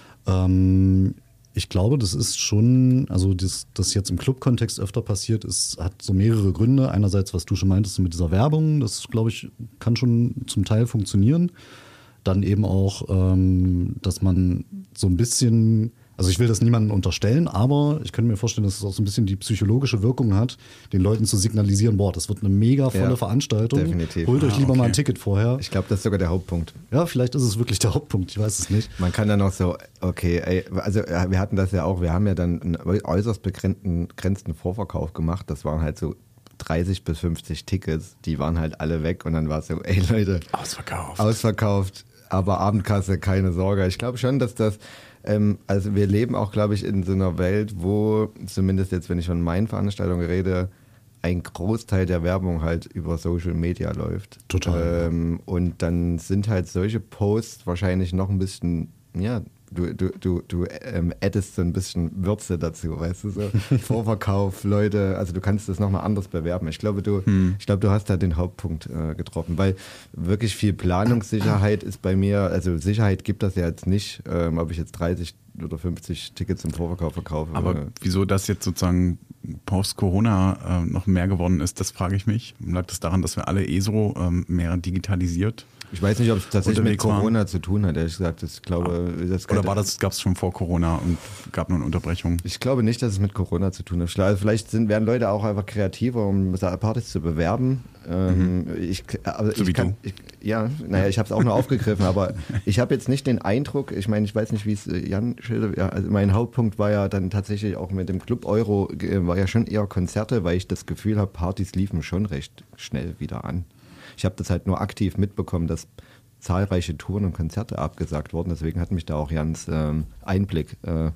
Ich glaube, das ist schon, also das jetzt im Club-Kontext öfter passiert ist, hat so mehrere Gründe. Einerseits, was du schon meintest mit dieser Werbung, das, glaube ich, kann schon zum Teil funktionieren. Dann eben auch, dass man so ein bisschen, also ich will das niemandem unterstellen, aber ich könnte mir vorstellen, dass es auch so ein bisschen die psychologische Wirkung hat, den Leuten zu signalisieren, boah, das wird eine mega volle Veranstaltung. Definitiv. Holt euch lieber mal ein Ticket vorher. Ich glaube, das ist sogar der Hauptpunkt. Ja, vielleicht ist es wirklich der Hauptpunkt, ich weiß es nicht. Man kann dann auch so, also wir hatten das ja auch, wir haben ja dann einen äußerst begrenzten Vorverkauf gemacht, das waren halt so 30 bis 50 Tickets, die waren halt alle weg und dann war es so, Leute, ausverkauft, aber Abendkasse, keine Sorge. Ich glaube schon, dass das, also wir leben auch, glaube ich, in so einer Welt, wo, zumindest jetzt, wenn ich von meinen Veranstaltungen rede, ein Großteil der Werbung halt über Social Media läuft. Total. Und dann sind halt solche Posts wahrscheinlich noch ein bisschen, du addest so ein bisschen Würze dazu, weißt du, so Vorverkauf, Leute, also du kannst das nochmal anders bewerben. Ich glaube, du hast da den Hauptpunkt getroffen, weil wirklich viel Planungssicherheit ist bei mir, also Sicherheit gibt das ja jetzt nicht, ob ich jetzt 30 oder 50 Tickets im Vorverkauf verkaufe. Aber wieso das jetzt sozusagen Post-Corona noch mehr geworden ist, das frage ich mich. Lag das daran, dass wir alle so mehr digitalisiert? Ich weiß nicht, ob es tatsächlich mit Corona zu tun hat, ehrlich gesagt. Ich glaube, oder gab es schon vor Corona und gab nur eine Unterbrechung? Ich glaube nicht, dass es mit Corona zu tun hat. Also vielleicht werden Leute auch einfach kreativer, um Partys zu bewerben. Ich habe es auch nur aufgegriffen, aber ich habe jetzt nicht den Eindruck, ich meine, ich weiß nicht, wie es Jan schildert, ja, also mein Hauptpunkt war ja dann tatsächlich auch mit dem Club Euro, war ja schon eher Konzerte, weil ich das Gefühl habe, Partys liefen schon recht schnell wieder an. Ich habe das halt nur aktiv mitbekommen, dass zahlreiche Touren und Konzerte abgesagt wurden. Deswegen hat mich da auch Jans Einblick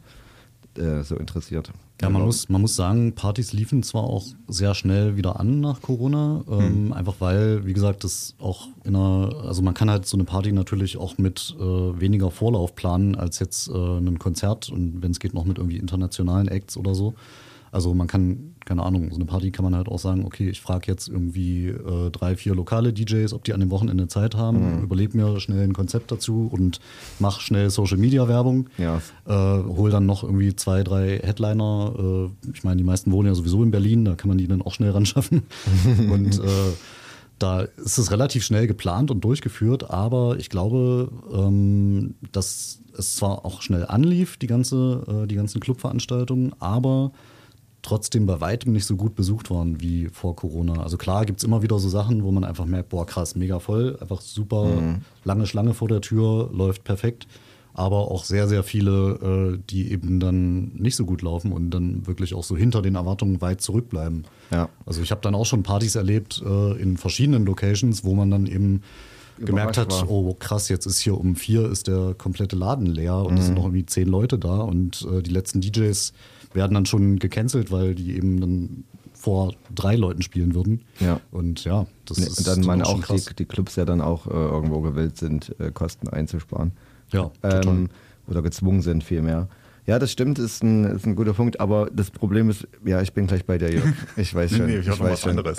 so interessiert. Ja, man muss sagen, Partys liefen zwar auch sehr schnell wieder an nach Corona, einfach weil, wie gesagt, das auch also man kann halt so eine Party natürlich auch mit weniger Vorlauf planen als jetzt ein Konzert und wenn es geht noch mit irgendwie internationalen Acts oder so. Also man kann, keine Ahnung, so eine Party kann man halt auch sagen, okay, ich frage jetzt irgendwie 3, 4 lokale DJs, ob die an dem Wochenende Zeit haben, überlege mir schnell ein Konzept dazu und mache schnell Social-Media-Werbung, hol dann noch irgendwie 2, 3 Headliner, ich meine, die meisten wohnen ja sowieso in Berlin, da kann man die dann auch schnell ran schaffen und da ist es relativ schnell geplant und durchgeführt, aber ich glaube, dass es zwar auch schnell anlief, die ganzen Clubveranstaltungen, aber trotzdem bei weitem nicht so gut besucht waren wie vor Corona. Also klar gibt es immer wieder so Sachen, wo man einfach merkt, boah krass, mega voll, einfach super lange Schlange vor der Tür, läuft perfekt, aber auch sehr, sehr viele, die eben dann nicht so gut laufen und dann wirklich auch so hinter den Erwartungen weit zurückbleiben. Ja. Also ich habe dann auch schon Partys erlebt in verschiedenen Locations, wo man dann eben gemerkt hat, oh krass, jetzt ist hier um 4 ist der komplette Laden leer und es sind noch irgendwie 10 Leute da und die letzten DJs werden dann schon gecancelt, weil die eben dann vor 3 Leuten spielen würden. Ja. Und ja, das ist und dann meine auch die Clubs ja dann auch irgendwo gewillt sind, Kosten einzusparen. Ja, total. Oder gezwungen sind vielmehr. Ja, das stimmt, ist ein guter Punkt, aber das Problem ist, ja, ich bin gleich bei dir, Jörg. Ich weiß schon. Ich habe noch was anderes.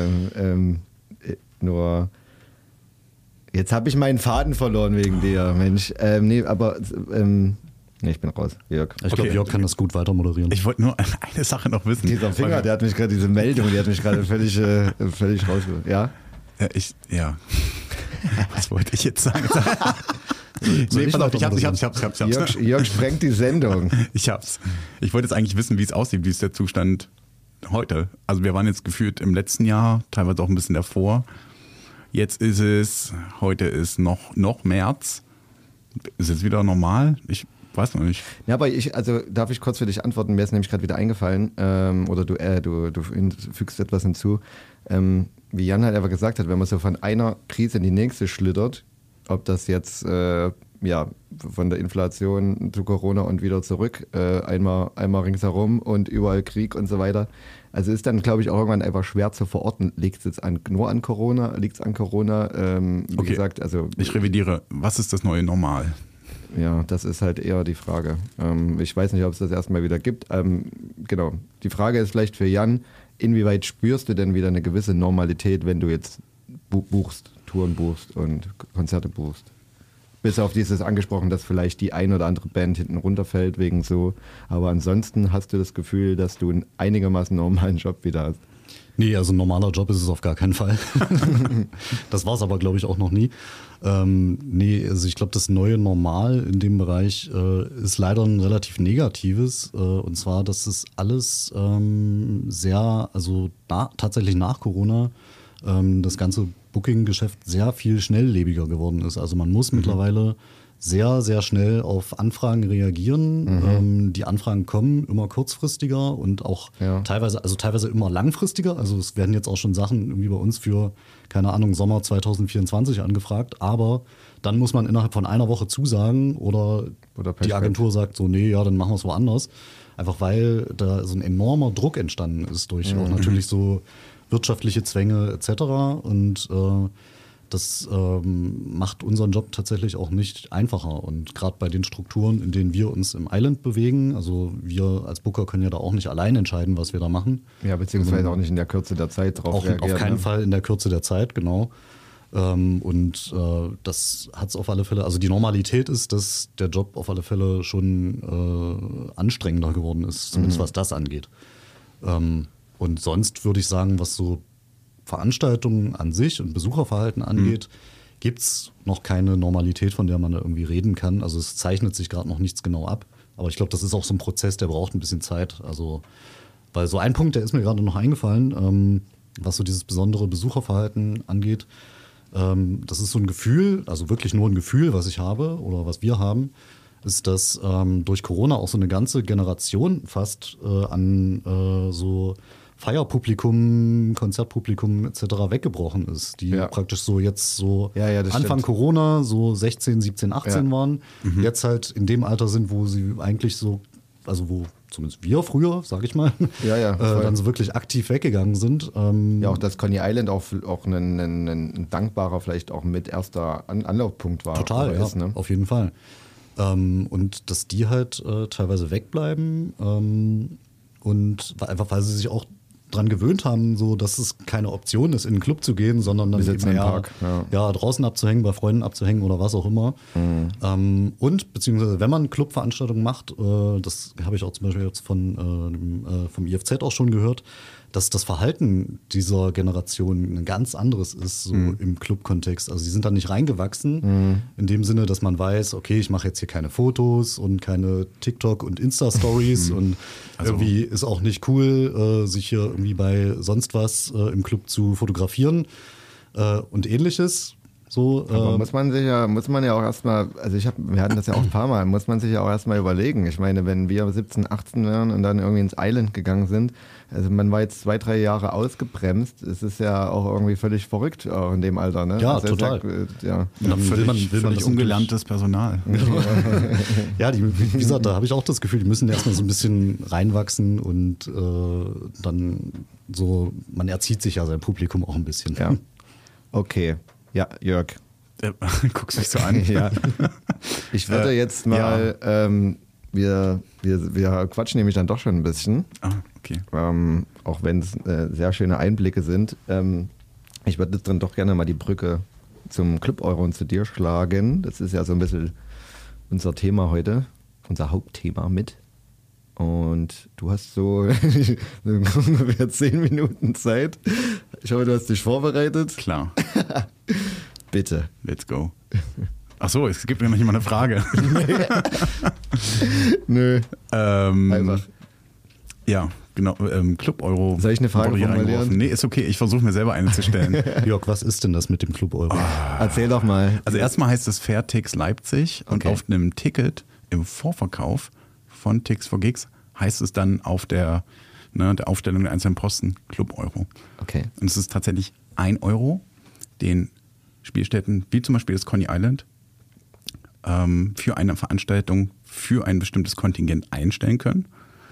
Nur jetzt habe ich meinen Faden verloren wegen dir, Mensch. Ich bin raus, Jörg. Ich glaube, Jörg kann das gut weiter moderieren. Ich wollte nur eine Sache noch wissen. Dieser Finger, der hat mich gerade, diese Meldung, die hat mich gerade völlig rausgeholt. Ja? Ja. Was wollte ich jetzt sagen? Nee, pass auf, ich hab's. Jörg sprengt die Sendung. Ich hab's. Ich wollte jetzt eigentlich wissen, wie es aussieht, wie ist der Zustand heute. Also wir waren jetzt gefühlt im letzten Jahr, teilweise auch ein bisschen davor. Jetzt heute ist noch März. Ist jetzt wieder normal? Ich weiß noch nicht. Ja, aber darf ich kurz für dich antworten? Mir ist nämlich gerade wieder eingefallen, oder du fügst etwas hinzu. Wie Jan halt einfach gesagt hat, wenn man so von einer Krise in die nächste schlittert, ob das jetzt von der Inflation zu Corona und wieder zurück, einmal ringsherum und überall Krieg und so weiter. Also ist dann, glaube ich, auch irgendwann einfach schwer zu verorten. Liegt es jetzt nur an Corona? Liegt es an Corona? Wie gesagt, also ich revidiere. Was ist das neue Normal? Ja, das ist halt eher die Frage. Ich weiß nicht, ob es das erstmal wieder gibt. Genau. Die Frage ist vielleicht für Jan, inwieweit spürst du denn wieder eine gewisse Normalität, wenn du jetzt Touren buchst und Konzerte buchst? Bis auf dieses angesprochen, dass vielleicht die ein oder andere Band hinten runterfällt wegen so. Aber ansonsten hast du das Gefühl, dass du einen einigermaßen normalen Job wieder hast. Nee, also ein normaler Job ist es auf gar keinen Fall. Das war es aber, glaube ich, auch noch nie. Also ich glaube, das neue Normal in dem Bereich ist leider ein relativ negatives. Und zwar, dass es alles tatsächlich nach Corona das ganze Booking-Geschäft sehr viel schnelllebiger geworden ist. Also man muss mittlerweile sehr, sehr schnell auf Anfragen reagieren. Die Anfragen kommen immer kurzfristiger und auch teilweise immer langfristiger. Also es werden jetzt auch schon Sachen irgendwie bei uns für, keine Ahnung, Sommer 2024 angefragt. Aber dann muss man innerhalb von einer Woche zusagen oder die Agentur sagt so, nee, ja, dann machen wir es woanders. Einfach weil da so ein enormer Druck entstanden ist durch auch natürlich so wirtschaftliche Zwänge etc. Und das macht unseren Job tatsächlich auch nicht einfacher. Und gerade bei den Strukturen, in denen wir uns im Island bewegen, also wir als Booker können ja da auch nicht allein entscheiden, was wir da machen. Ja, beziehungsweise auch nicht in der Kürze der Zeit drauf reagieren. Auf keinen Fall in der Kürze der Zeit, genau. Das hat es auf alle Fälle, also die Normalität ist, dass der Job auf alle Fälle schon anstrengender geworden ist, zumindest was das angeht. Und sonst würde ich sagen, was so Veranstaltungen an sich und Besucherverhalten angeht, gibt es noch keine Normalität, von der man da irgendwie reden kann. Also es zeichnet sich gerade noch nichts genau ab. Aber ich glaube, das ist auch so ein Prozess, der braucht ein bisschen Zeit. Also, weil so ein Punkt, der ist mir gerade noch eingefallen, was so dieses besondere Besucherverhalten angeht. Das ist so ein Gefühl, also wirklich nur ein Gefühl, was ich habe oder was wir haben, ist, dass durch Corona auch so eine ganze Generation fast an so Feierpublikum, Konzertpublikum etc. weggebrochen ist, die praktisch so jetzt so Anfang stimmt. Corona so 16, 17, 18 waren, jetzt halt in dem Alter sind, wo sie eigentlich so, also wo zumindest wir früher, sag ich mal, dann so wirklich aktiv weggegangen sind. Ja, auch dass Coney Island auch ein dankbarer, vielleicht auch mit erster Anlaufpunkt war. Total, ja, ist, ne? Auf jeden Fall. Und dass die halt teilweise wegbleiben und einfach, weil sie sich auch dran gewöhnt haben, so dass es keine Option ist, in den Club zu gehen, sondern dann eben Park, draußen abzuhängen, bei Freunden abzuhängen oder was auch immer. Und beziehungsweise, wenn man Clubveranstaltungen macht, das habe ich auch zum Beispiel jetzt vom IFZ auch schon gehört, dass das Verhalten dieser Generation ein ganz anderes ist, so im Club-Kontext. Also sie sind da nicht reingewachsen, in dem Sinne, dass man weiß, okay, ich mache jetzt hier keine Fotos und keine TikTok- und Insta-Stories und irgendwie ist auch nicht cool, sich hier irgendwie bei sonst was im Club zu fotografieren und ähnliches. So, aber muss man ja auch erstmal, also wir hatten das ja auch ein paar Mal, muss man sich ja auch erstmal überlegen. Ich meine, wenn wir 17, 18 wären und dann irgendwie ins Island gegangen sind, also man war jetzt 2-3 Jahre ausgebremst, es ist ja auch irgendwie völlig verrückt, auch in dem Alter, ne? Ja, also total. Und dann völlig ungelerntes Personal. Ja, wie gesagt, da habe ich auch das Gefühl, die müssen erstmal so ein bisschen reinwachsen und dann so, man erzieht sich ja sein Publikum auch ein bisschen. Ja. Okay. Ja, Jörg. Guckst mich so an. Ja. Ich würde jetzt mal, wir quatschen nämlich dann doch schon ein bisschen. Ah, okay. Auch wenn es sehr schöne Einblicke sind. Ich würde jetzt dann doch gerne mal die Brücke zum Club Euro und zu dir schlagen. Das ist ja so ein bisschen unser Thema heute, unser Hauptthema mit. Und du hast so ungefähr 10 Minuten Zeit. Ich hoffe, du hast dich vorbereitet. Klar. Bitte. Let's go. Achso, es gibt ja noch jemand eine Frage. Nö. Einfach. Ja, genau. Club Euro. Soll ich eine Frage formulieren? Nee, ist okay. Ich versuche mir selber eine zu stellen. Jörg, was ist denn das mit dem Club Euro? Erzähl doch mal. Also erstmal heißt es Fairtix Leipzig und auf einem Ticket im Vorverkauf von Tix for Gigs heißt es dann auf der Aufstellung der einzelnen Posten Club Euro. Okay. Und es ist tatsächlich 1 Euro, den Spielstätten, wie zum Beispiel das Coney Island, für eine Veranstaltung für ein bestimmtes Kontingent einstellen können.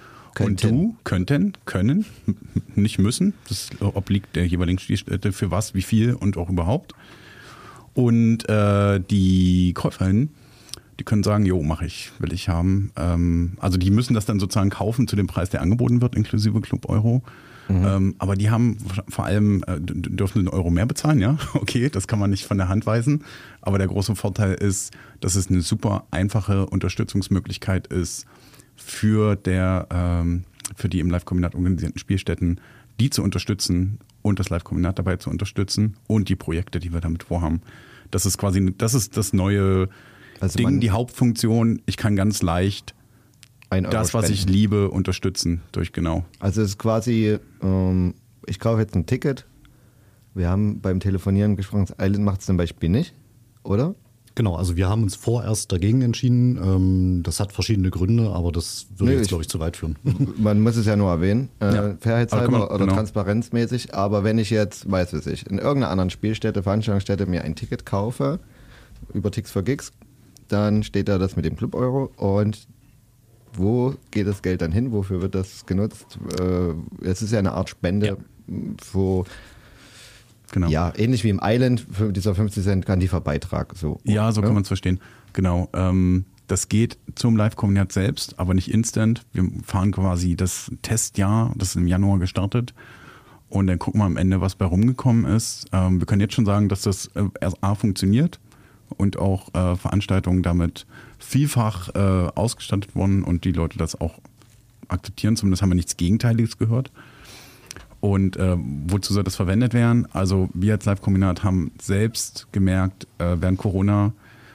Können, nicht müssen. Das obliegt der jeweiligen Spielstätte für was, wie viel und auch überhaupt. Und die Käuferinnen, die können sagen, jo, mache ich, will ich haben. Also die müssen das dann sozusagen kaufen zu dem Preis, der angeboten wird, inklusive Club Euro. Aber die haben vor allem, dürfen einen Euro mehr bezahlen, ja, okay, das kann man nicht von der Hand weisen. Aber der große Vorteil ist, dass es eine super einfache Unterstützungsmöglichkeit ist für die im Live-Kombinat organisierten Spielstätten, die zu unterstützen und das Live-Kombinat dabei zu unterstützen und die Projekte, die wir damit vorhaben. Das ist quasi, das ist das neue Ding, die Hauptfunktion. Ich kann ganz leicht das, was ich liebe, unterstützen durch genau. Also es ist quasi, ich kaufe jetzt ein Ticket. Wir haben beim Telefonieren gesprochen, das Island macht es zum Beispiel nicht, oder? Genau, also wir haben uns vorerst dagegen entschieden. Das hat verschiedene Gründe, aber das würde jetzt, glaube ich, zu weit führen. Man muss es ja nur erwähnen, fairheitshalber oder transparenzmäßig. Aber wenn ich jetzt, weiß ich, in irgendeiner anderen Spielstätte, Veranstaltungsstätte mir ein Ticket kaufe, über Tix for Gigs, dann steht da das mit dem Club Euro und wo geht das Geld dann hin? Wofür wird das genutzt? Es ist ja eine Art Spende, wo ja, ähnlich wie im Island, für dieser 50 Cent Gandhiva-Beitrag. So, ja, so kann man es verstehen. Genau. Das geht zum Live-Kombinat selbst, aber nicht instant. Wir fahren quasi das Testjahr, das ist im Januar gestartet. Und dann gucken wir am Ende, was bei rumgekommen ist. Wir können jetzt schon sagen, dass das A funktioniert und auch Veranstaltungen damit vielfach ausgestattet wurden und die Leute das auch akzeptieren, zumindest haben wir nichts Gegenteiliges gehört. Und wozu soll das verwendet werden? Also wir als Live-Kombinat haben selbst gemerkt, während Corona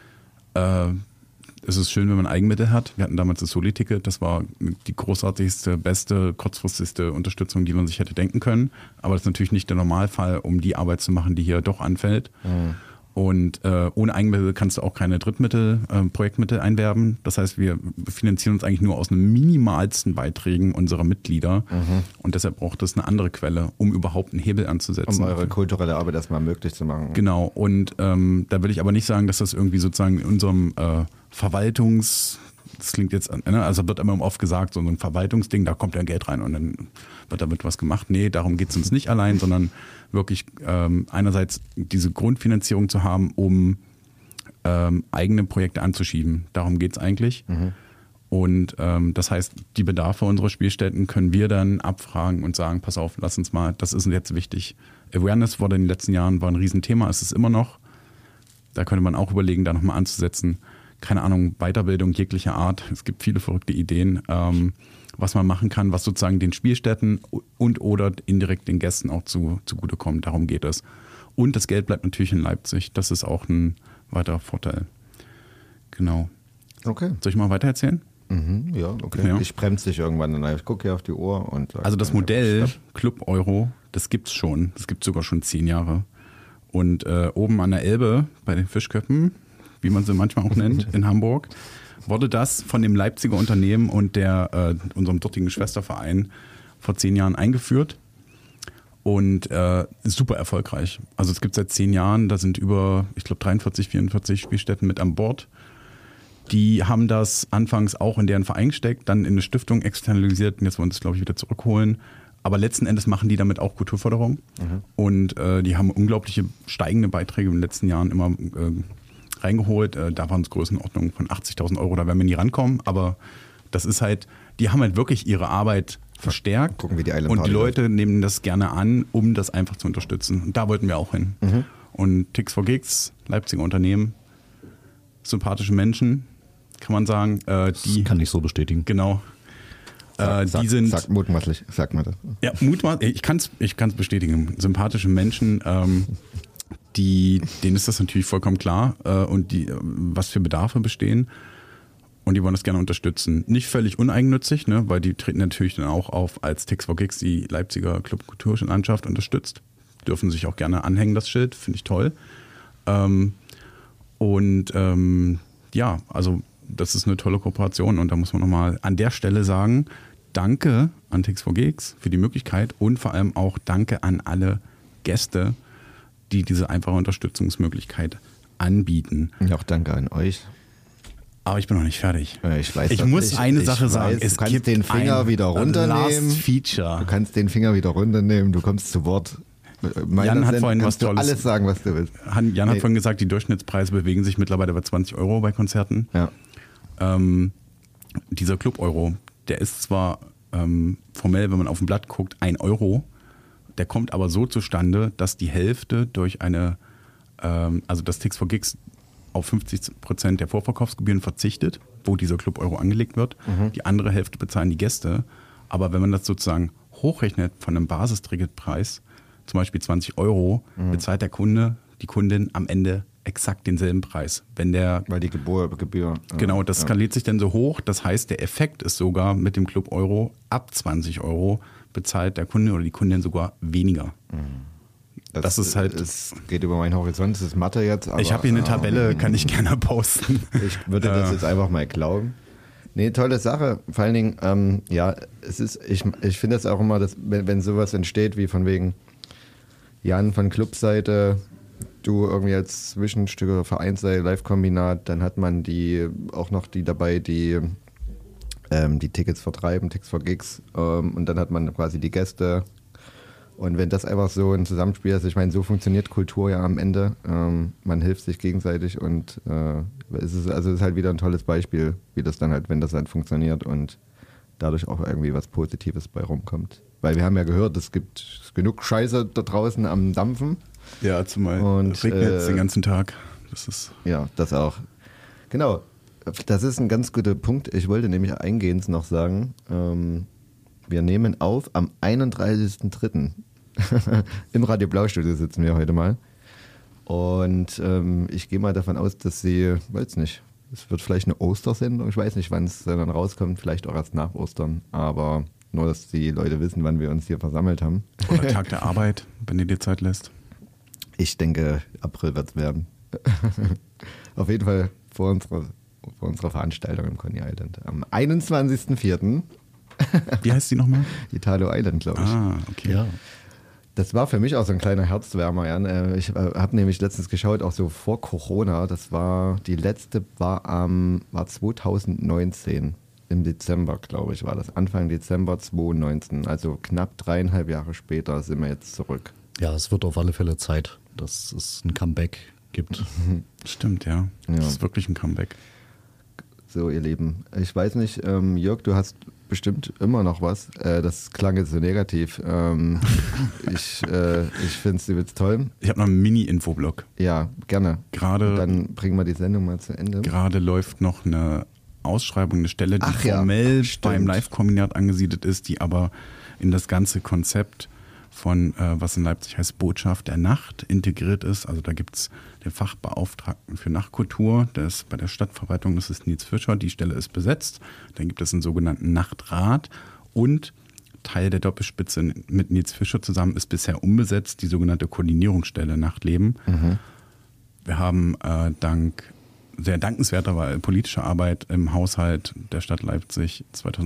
ist es schön, wenn man Eigenmittel hat. Wir hatten damals das Soli-Ticket, das war die großartigste, beste, kurzfristigste Unterstützung, die man sich hätte denken können. Aber das ist natürlich nicht der Normalfall, um die Arbeit zu machen, die hier doch anfällt. Mhm. Und ohne Eigenmittel kannst du auch keine Projektmittel einwerben. Das heißt, wir finanzieren uns eigentlich nur aus den minimalsten Beiträgen unserer Mitglieder. Mhm. Und deshalb braucht es eine andere Quelle, um überhaupt einen Hebel anzusetzen. Um eure kulturelle Arbeit erstmal möglich zu machen. Genau. Und da will ich aber nicht sagen, dass das irgendwie sozusagen in unserem das klingt jetzt, also wird immer oft gesagt, so ein Verwaltungsding, da kommt ja Geld rein und dann wird damit was gemacht. Nee, darum geht es uns nicht allein, sondern wirklich einerseits diese Grundfinanzierung zu haben, um eigene Projekte anzuschieben. Darum geht es eigentlich. Mhm. Und das heißt, die Bedarfe unserer Spielstätten können wir dann abfragen und sagen, pass auf, lass uns mal, das ist uns jetzt wichtig. Awareness wurde in den letzten Jahren ein Riesenthema, ist es immer noch. Da könnte man auch überlegen, da nochmal anzusetzen. Keine Ahnung, Weiterbildung jeglicher Art. Es gibt viele verrückte Ideen, was man machen kann, was sozusagen den Spielstätten und oder indirekt den Gästen auch zugutekommt. Darum geht es. Und das Geld bleibt natürlich in Leipzig. Das ist auch ein weiterer Vorteil. Genau. Okay. Soll ich mal weiter erzählen? Mhm, ja, okay. Ja. Ich bremse dich irgendwann. Ich gucke hier auf die Uhr und sage, also das Modell Club Euro, das gibt's schon. Das gibt es sogar schon 10 Jahre. Und oben an der Elbe bei den Fischköppen, wie man sie manchmal auch nennt, in Hamburg, wurde das von dem Leipziger Unternehmen und unserem dortigen Schwesterverein vor 10 Jahren eingeführt und ist super erfolgreich. Also es gibt seit 10 Jahren, da sind über, ich glaube 43, 44 Spielstätten mit an Bord. Die haben das anfangs auch in deren Verein gesteckt, dann in eine Stiftung externalisiert und jetzt wollen sie es, glaube ich, wieder zurückholen. Aber letzten Endes machen die damit auch Kulturförderung. Mhm. Und die haben unglaubliche steigende Beiträge in den letzten Jahren immer reingeholt. Da waren es Größenordnungen von 80.000 Euro, da werden wir nie rankommen. Aber das ist halt, die haben halt wirklich ihre Arbeit verstärkt. Gucken wir die Island und Party die Leute nehmen das gerne an, um das einfach zu unterstützen. Und da wollten wir auch hin. Mhm. Und Tix for Gigs, Leipziger Unternehmen, sympathische Menschen, kann man sagen. Das kann ich so bestätigen. Genau. Sag mutmaßlich, sag mal das. Ja, mutmaßlich, ich kann's bestätigen. Sympathische Menschen, denen ist das natürlich vollkommen klar und was für Bedarfe bestehen und die wollen das gerne unterstützen. Nicht völlig uneigennützig, ne, weil die treten natürlich dann auch auf als Tix for Gigs, die Leipziger Club Kulturlandschaft unterstützt. Dürfen sich auch gerne anhängen, das Schild, finde ich toll. Ja, also das ist eine tolle Kooperation und da muss man nochmal an der Stelle sagen, danke an Tix for Gigs für die Möglichkeit und vor allem auch danke an alle Gäste, die diese einfache Unterstützungsmöglichkeit anbieten. Ja, auch danke an euch. Aber ich bin noch nicht fertig. Ich weiß, ich muss eine Sache sagen. Es gibt den Finger wieder runternehmen. Feature. Du kannst den Finger wieder runternehmen, du kommst zu Wort. Jan hat vorhin was Tolles. Alles sagen, was du willst. Jan hat vorhin gesagt, die Durchschnittspreise bewegen sich mittlerweile bei 20 Euro bei Konzerten. Ja. Dieser Club Euro, der ist zwar formell, wenn man auf ein Blatt guckt, 1 Euro, der kommt aber so zustande, dass die Hälfte durch also das Tix for Gigs auf 50% der Vorverkaufsgebühren verzichtet, wo dieser Club Euro angelegt wird. Mhm. Die andere Hälfte bezahlen die Gäste. Aber wenn man das sozusagen hochrechnet von einem Basisticketpreis, zum Beispiel 20 Euro, bezahlt der Kunde, die Kundin am Ende exakt denselben Preis. Weil die Gebühr. Genau, das skaliert sich dann so hoch. Das heißt, der Effekt ist sogar mit dem Club Euro ab 20 Euro bezahlt der Kunde oder die Kundin sogar weniger. Das ist halt. Es geht über meinen Horizont, das ist Mathe jetzt. Aber, ich habe hier eine Tabelle, kann ich gerne posten. Ich würde das jetzt einfach mal glauben. Nee, tolle Sache. Vor allen Dingen, ich finde das auch immer, wenn sowas entsteht, wie von wegen Jan von Clubseite, du irgendwie als Zwischenstück oder Vereinsseite, Live-Kombinat, dann hat man auch noch die dabei, die Tickets vertreiben, Tix for Gigs, und dann hat man quasi die Gäste. Und wenn das einfach so ein Zusammenspiel ist, ich meine, so funktioniert Kultur ja am Ende. Man hilft sich gegenseitig und es ist halt wieder ein tolles Beispiel, wie das dann halt, wenn das dann funktioniert und dadurch auch irgendwie was Positives bei rumkommt. Weil wir haben ja gehört, es gibt genug Scheiße da draußen am Dampfen. Ja, zumal es regnet den ganzen Tag. Das ist ja, das auch. Genau. Das ist ein ganz guter Punkt. Ich wollte nämlich eingehend noch sagen, wir nehmen auf am 31.03. Im Radio Blau-Studio sitzen wir heute mal. Und ich gehe mal davon aus, dass sie, weiß nicht, es wird vielleicht eine Ostersendung, ich weiß nicht, wann es dann rauskommt, vielleicht auch erst nach Ostern, aber nur, dass die Leute wissen, wann wir uns hier versammelt haben. Oder Tag der Arbeit, wenn ihr dir Zeit lässt. Ich denke, April wird es werden. Auf jeden Fall vor unserer Veranstaltung im Coney Island. Am 21.04. Wie heißt die nochmal? Italo Island, glaube ich. Ah, okay. Ja. Das war für mich auch so ein kleiner Herzwärmer, Jan. Ich habe nämlich letztens geschaut, auch so vor Corona. Die letzte war 2019. Im Dezember, glaube ich, war das. Anfang Dezember 2019. Also knapp 3,5 Jahre später sind wir jetzt zurück. Ja, es wird auf alle Fälle Zeit, dass es ein Comeback gibt. Stimmt, ja. Das ist wirklich ein Comeback. So, ihr Lieben. Ich weiß nicht, Jörg, du hast bestimmt immer noch was. Das klang jetzt so negativ. Ich finde es übelst toll. Ich habe noch einen Mini-Infoblock. Ja, gerne. Dann bringen wir die Sendung mal zu Ende. Gerade läuft noch eine Ausschreibung, eine Stelle, die formell beim Live-Kombinat angesiedelt ist, die aber in das ganze Konzept von, was in Leipzig heißt, Botschaft der Nacht integriert ist. Also da gibt es den Fachbeauftragten für Nachtkultur, der ist bei der Stadtverwaltung, das ist Nils Fischer, die Stelle ist besetzt. Dann gibt es einen sogenannten Nachtrat und Teil der Doppelspitze mit Nils Fischer zusammen ist bisher unbesetzt, die sogenannte Koordinierungsstelle Nachtleben. Mhm. Wir haben sehr dankenswerter politischer Arbeit im Haushalt der Stadt Leipzig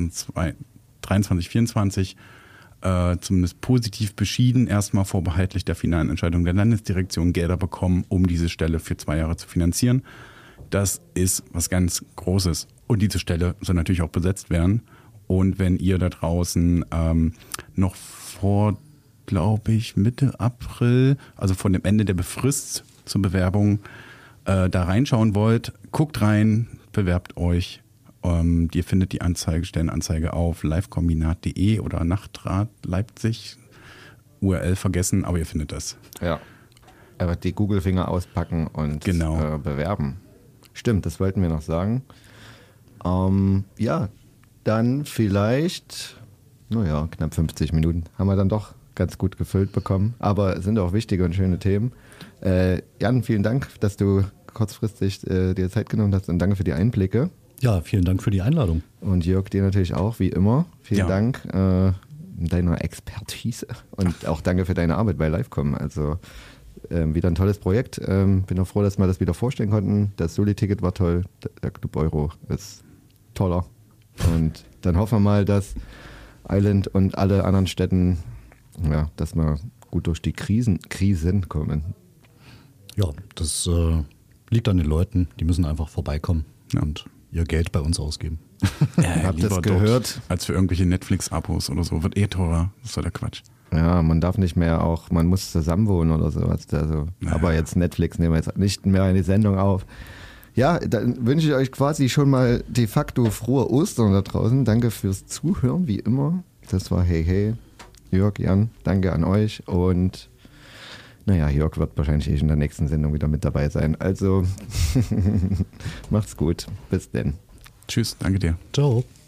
2023-24 zumindest positiv beschieden, erstmal vorbehaltlich der finalen Entscheidung der Landesdirektion Gelder bekommen, um diese Stelle für 2 Jahre zu finanzieren. Das ist was ganz Großes. Und diese Stelle soll natürlich auch besetzt werden. Und wenn ihr da draußen noch vor, glaube ich, Mitte April, also vor dem Ende der Befrist zur Bewerbung, da reinschauen wollt, guckt rein, bewerbt euch. Ihr findet die Stellenanzeige auf livekombinat.de oder Nachtrat Leipzig. URL vergessen, aber ihr findet das. Ja. Einfach die Google-Finger auspacken und bewerben. Stimmt, das wollten wir noch sagen. Ja, dann vielleicht, knapp 50 Minuten haben wir dann doch ganz gut gefüllt bekommen. Aber es sind auch wichtige und schöne Themen. Jan, vielen Dank, dass du kurzfristig dir Zeit genommen hast und danke für die Einblicke. Ja, vielen Dank für die Einladung. Und Jörg, dir natürlich auch, wie immer. Vielen Dank deiner Expertise und auch danke für deine Arbeit bei Livecom. Also wieder ein tolles Projekt. Bin auch froh, dass wir das wieder vorstellen konnten. Das Soli-Ticket war toll, der Club Euro ist toller. Und dann hoffen wir mal, dass Island und alle anderen Städten, dass wir gut durch die Krisen kommen. Ja, das liegt an den Leuten. Die müssen einfach vorbeikommen und ihr Geld bei uns ausgeben. Habt ihr das gehört? Als für irgendwelche Netflix-Abos oder so. Wird teurer. Das ist doch der Quatsch. Ja, man darf nicht mehr man muss zusammenwohnen oder sowas. Also, aber jetzt Netflix nehmen wir jetzt nicht mehr in die Sendung auf. Ja, dann wünsche ich euch quasi schon mal de facto frohe Ostern da draußen. Danke fürs Zuhören, wie immer. Das war Hey, Jörg, Jan, danke an euch und Jörg wird wahrscheinlich in der nächsten Sendung wieder mit dabei sein. Also macht's gut. Bis denn. Tschüss, danke dir. Ciao.